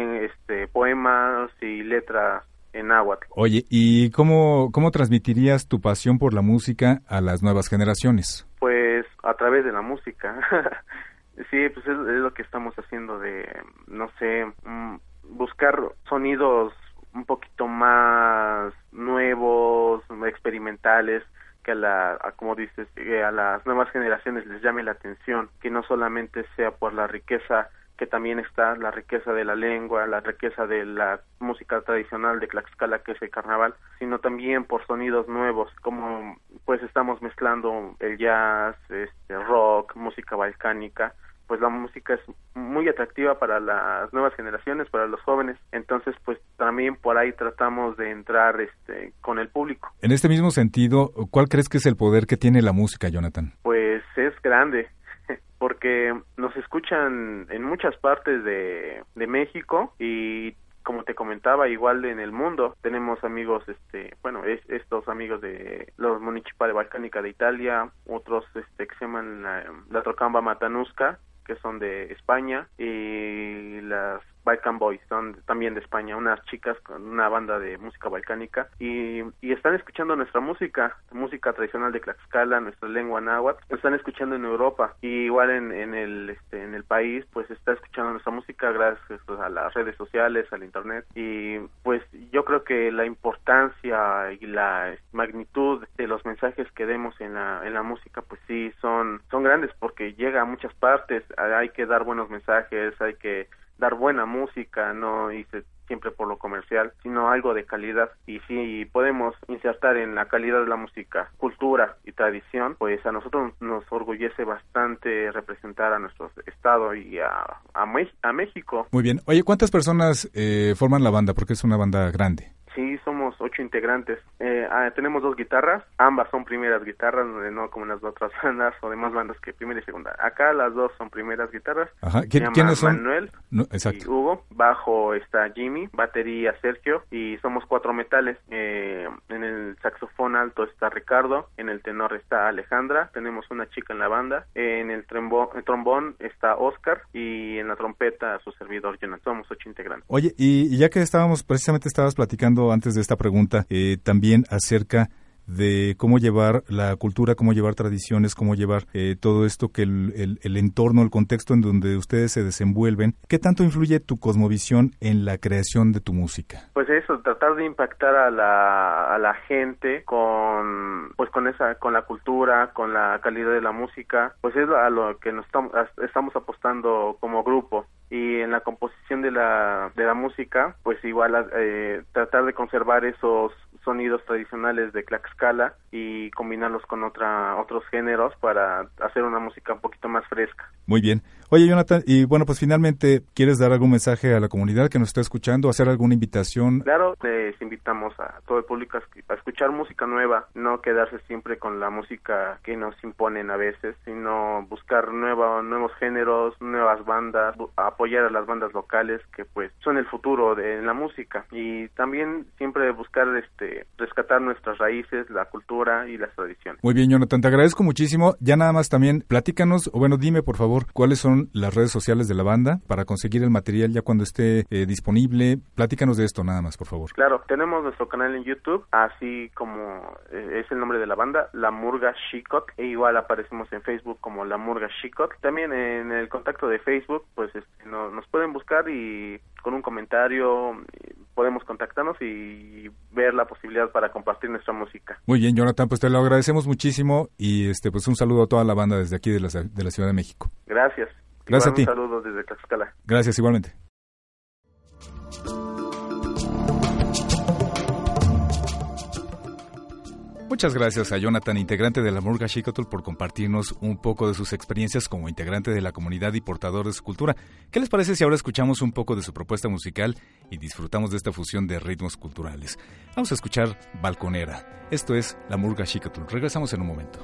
este poemas y letras en náhuatl. Oye, ¿y cómo cómo transmitirías tu pasión por la música a las nuevas generaciones? Pues a través de la música. Sí, pues es, es lo que estamos haciendo, de, no sé, buscar sonidos un poquito más nuevos, experimentales, que a la, a, como dices, que a las nuevas generaciones les llame la atención, que no solamente sea por la riqueza que también está, la riqueza de la lengua, la riqueza de la música tradicional de Tlaxcala, que es el carnaval, sino también por sonidos nuevos, como pues estamos mezclando el jazz, este rock, música balcánica, pues la música es muy atractiva para las nuevas generaciones, para los jóvenes. Entonces, pues también por ahí tratamos de entrar este con el público. En este mismo sentido, ¿cuál crees que es el poder que tiene la música, Jonathan? Pues es grande, porque nos escuchan en muchas partes de, de México y, como te comentaba, igual en el mundo. Tenemos amigos, este, bueno, es, estos amigos de los Municipales Balcánica de Italia, otros este, que se llaman la, la Trocamba Matanuska, que son de España, y las Balkan Boys, son también de España, unas chicas con una banda de música balcánica, y, y están escuchando nuestra música, música tradicional de Tlaxcala, nuestra lengua náhuatl, están escuchando en Europa, y igual en, en el este, en el país, pues está escuchando nuestra música gracias pues, a las redes sociales, al internet, y pues yo creo que la importancia y la magnitud de los mensajes que demos en la en la música, pues sí, son, son grandes, porque llega a muchas partes, hay que dar buenos mensajes, hay que dar buena música, no irse siempre por lo comercial, sino algo de calidad. Y si podemos insertar en la calidad de la música cultura y tradición, pues a nosotros nos orgullece bastante representar a nuestro estado y a, a, a México. Muy bien. Oye, ¿cuántas personas eh, forman la banda? Porque es una banda grande. Sí, somos ocho integrantes. Eh, ah, tenemos dos guitarras, ambas son primeras guitarras, no como en las otras bandas o demás bandas que primera y segunda. Acá las dos son primeras guitarras. Ajá. ¿Quién, ¿Quiénes son? Manuel no, exacto. y Hugo. Bajo está Jimmy, batería Sergio, y somos cuatro metales. Eh, en el saxofón alto está Ricardo, en el tenor está Alejandra, tenemos una chica en la banda, en el, trombo, el trombón está Oscar, y en la trompeta su servidor Jonathan. Somos ocho integrantes. Oye, y, y ya que estábamos, precisamente estabas platicando antes de esta pregunta, eh, también acerca de cómo llevar la cultura, cómo llevar tradiciones, cómo llevar eh, todo esto, que el, el, el entorno, el contexto en donde ustedes se desenvuelven. ¿Qué tanto influye tu cosmovisión en la creación de tu música? Pues eso, tratar de impactar a la a la gente con pues con esa con la cultura, con la calidad de la música, pues es a lo que nos estamos, estamos apostando como grupo. Y en la composición de la de la música, pues igual eh, tratar de conservar esos sonidos tradicionales de Tlaxcala y combinarlos con otra otros géneros para hacer una música un poquito más fresca. Muy bien. Oye, Jonathan, y bueno, pues finalmente, ¿quieres dar algún mensaje a la comunidad que nos está escuchando, hacer alguna invitación? Claro, les invitamos a todo el público a escuchar música nueva, no quedarse siempre con la música que nos imponen a veces, sino buscar nueva, nuevos géneros, nuevas bandas, apoyar a las bandas locales que pues son el futuro de la música, y también siempre buscar este rescatar nuestras raíces, la cultura y las tradiciones. Muy bien, Jonathan, te agradezco muchísimo. Ya nada más también platícanos, o bueno, dime por favor, cuáles son las redes sociales de la banda para conseguir el material ya cuando esté eh, disponible. Platícanos de esto nada más, por favor. Claro, tenemos nuestro canal en YouTube, así como eh, es el nombre de la banda, La Murga Xicotl, e igual aparecemos en Facebook como La Murga Xicotl. También en el contacto de Facebook, pues este, no, nos pueden buscar y con un comentario podemos contactarnos y ver la posibilidad para compartir nuestra música. Muy bien, Jonathan, pues te lo agradecemos muchísimo y este pues un saludo a toda la banda desde aquí de la, de la Ciudad de México. Gracias. Gracias igual, a ti. Un saludo desde Tlaxcala. Gracias, igualmente. Muchas gracias a Jonathan, integrante de la Murga Xicotl, por compartirnos un poco de sus experiencias como integrante de la comunidad y portador de su cultura. ¿Qué les parece si ahora escuchamos un poco de su propuesta musical y disfrutamos de esta fusión de ritmos culturales? Vamos a escuchar Balconera. Esto es la Murga Xicotl. Regresamos en un momento.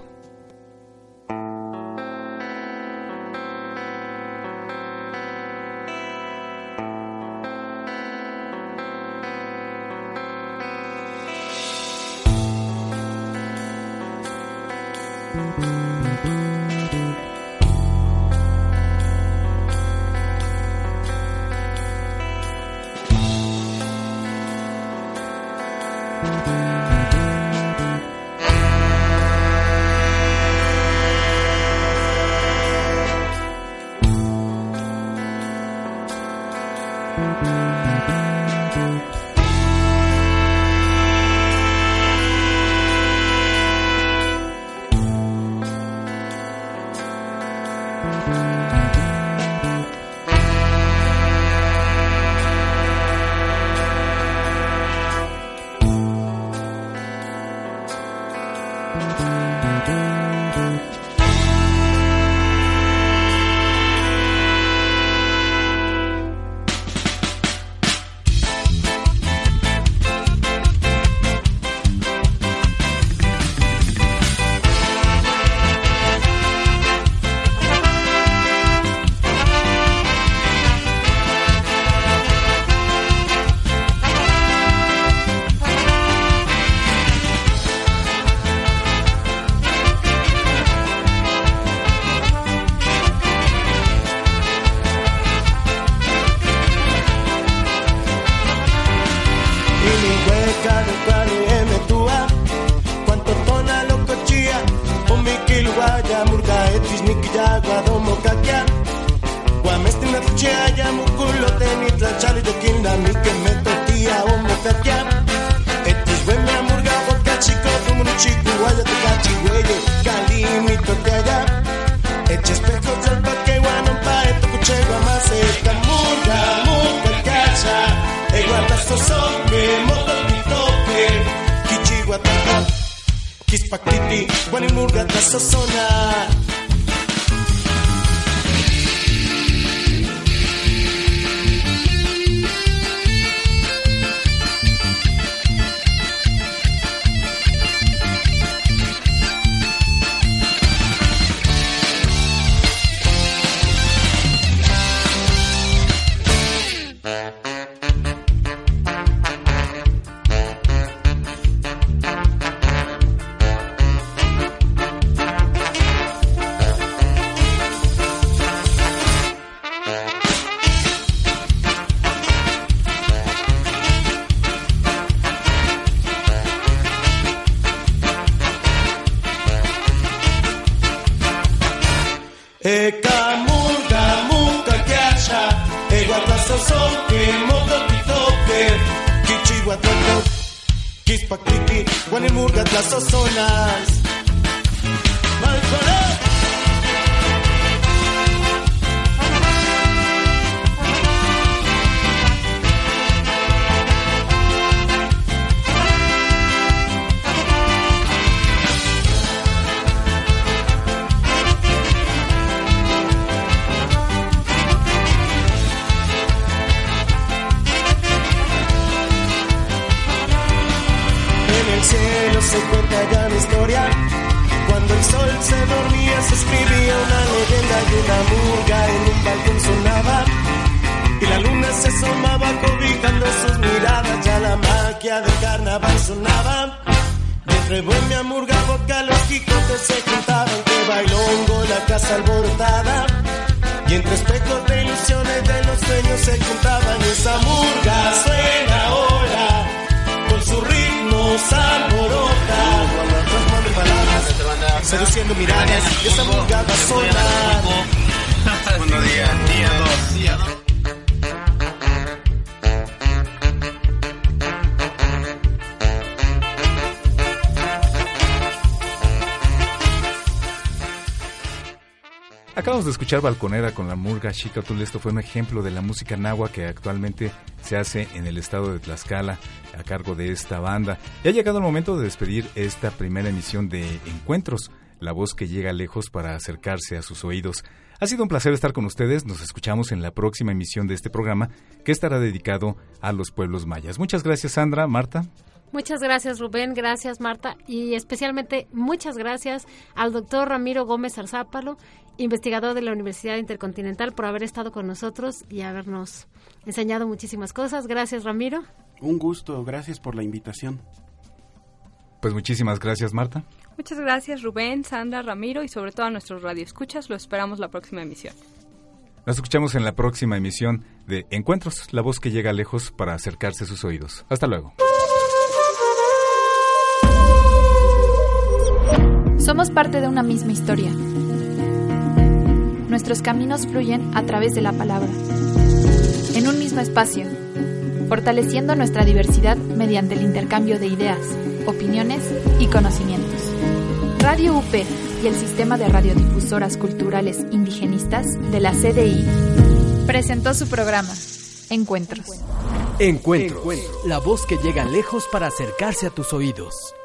kilwaya murga etis nikiyagua domo kakia guamestina tuchaya mukulo teni tlachali de kinda mi que me tortilla o me kakia etis buena murga vodka chico como un chico guaya te cachi güeye calimi tortilla eches pejos del paque guanon pa eto cuchego más esta murga murga cacha e guarda sosoke moto pitoke kichigua tata kispakiti guanin murga tasosona. Las zonas. Se cuenta ya mi historia. Cuando el sol se dormía se escribía una leyenda y una murga en un balcón sonaba y la luna se asomaba cobijando sus miradas. Ya la magia del carnaval sonaba y entre bohemia, murga, vodka los quijotes se juntaban. Que bailongo la casa alborotada y entre espejos de ilusiones de los sueños se juntaban. Y esa murga suena ahora con su ritmo alborota, seduciendo miradas, y esa murga va a sonar. Segundo día, día dos, día dos. Acabamos de escuchar Balconera con la murga Xicotul. Esto fue un ejemplo de la música náhuatl que actualmente se hace en el estado de Tlaxcala a cargo de esta banda. Y ha llegado el momento de despedir esta primera emisión de Encuentros, la voz que llega lejos para acercarse a sus oídos. Ha sido un placer estar con ustedes. Nos escuchamos en la próxima emisión de este programa que estará dedicado a los pueblos mayas. Muchas gracias, Sandra. Marta. Muchas gracias, Rubén, gracias, Marta, y especialmente muchas gracias al doctor Ramiro Gómez Arzápalo, investigador de la Universidad Intercontinental, por haber estado con nosotros y habernos enseñado muchísimas cosas. Gracias, Ramiro. Un gusto, gracias por la invitación. Pues muchísimas gracias, Marta. Muchas gracias, Rubén, Sandra, Ramiro y sobre todo a nuestros radioescuchas. Lo esperamos la próxima emisión. Nos escuchamos en la próxima emisión de Encuentros, la voz que llega lejos para acercarse a sus oídos. Hasta luego. Somos parte de una misma historia. Nuestros caminos fluyen a través de la palabra. En un mismo espacio, fortaleciendo nuestra diversidad mediante el intercambio de ideas, opiniones y conocimientos. Radio U P y el Sistema de Radiodifusoras Culturales Indigenistas de la C D I presentó su programa Encuentros. Encuentros, la voz que llega lejos para acercarse a tus oídos.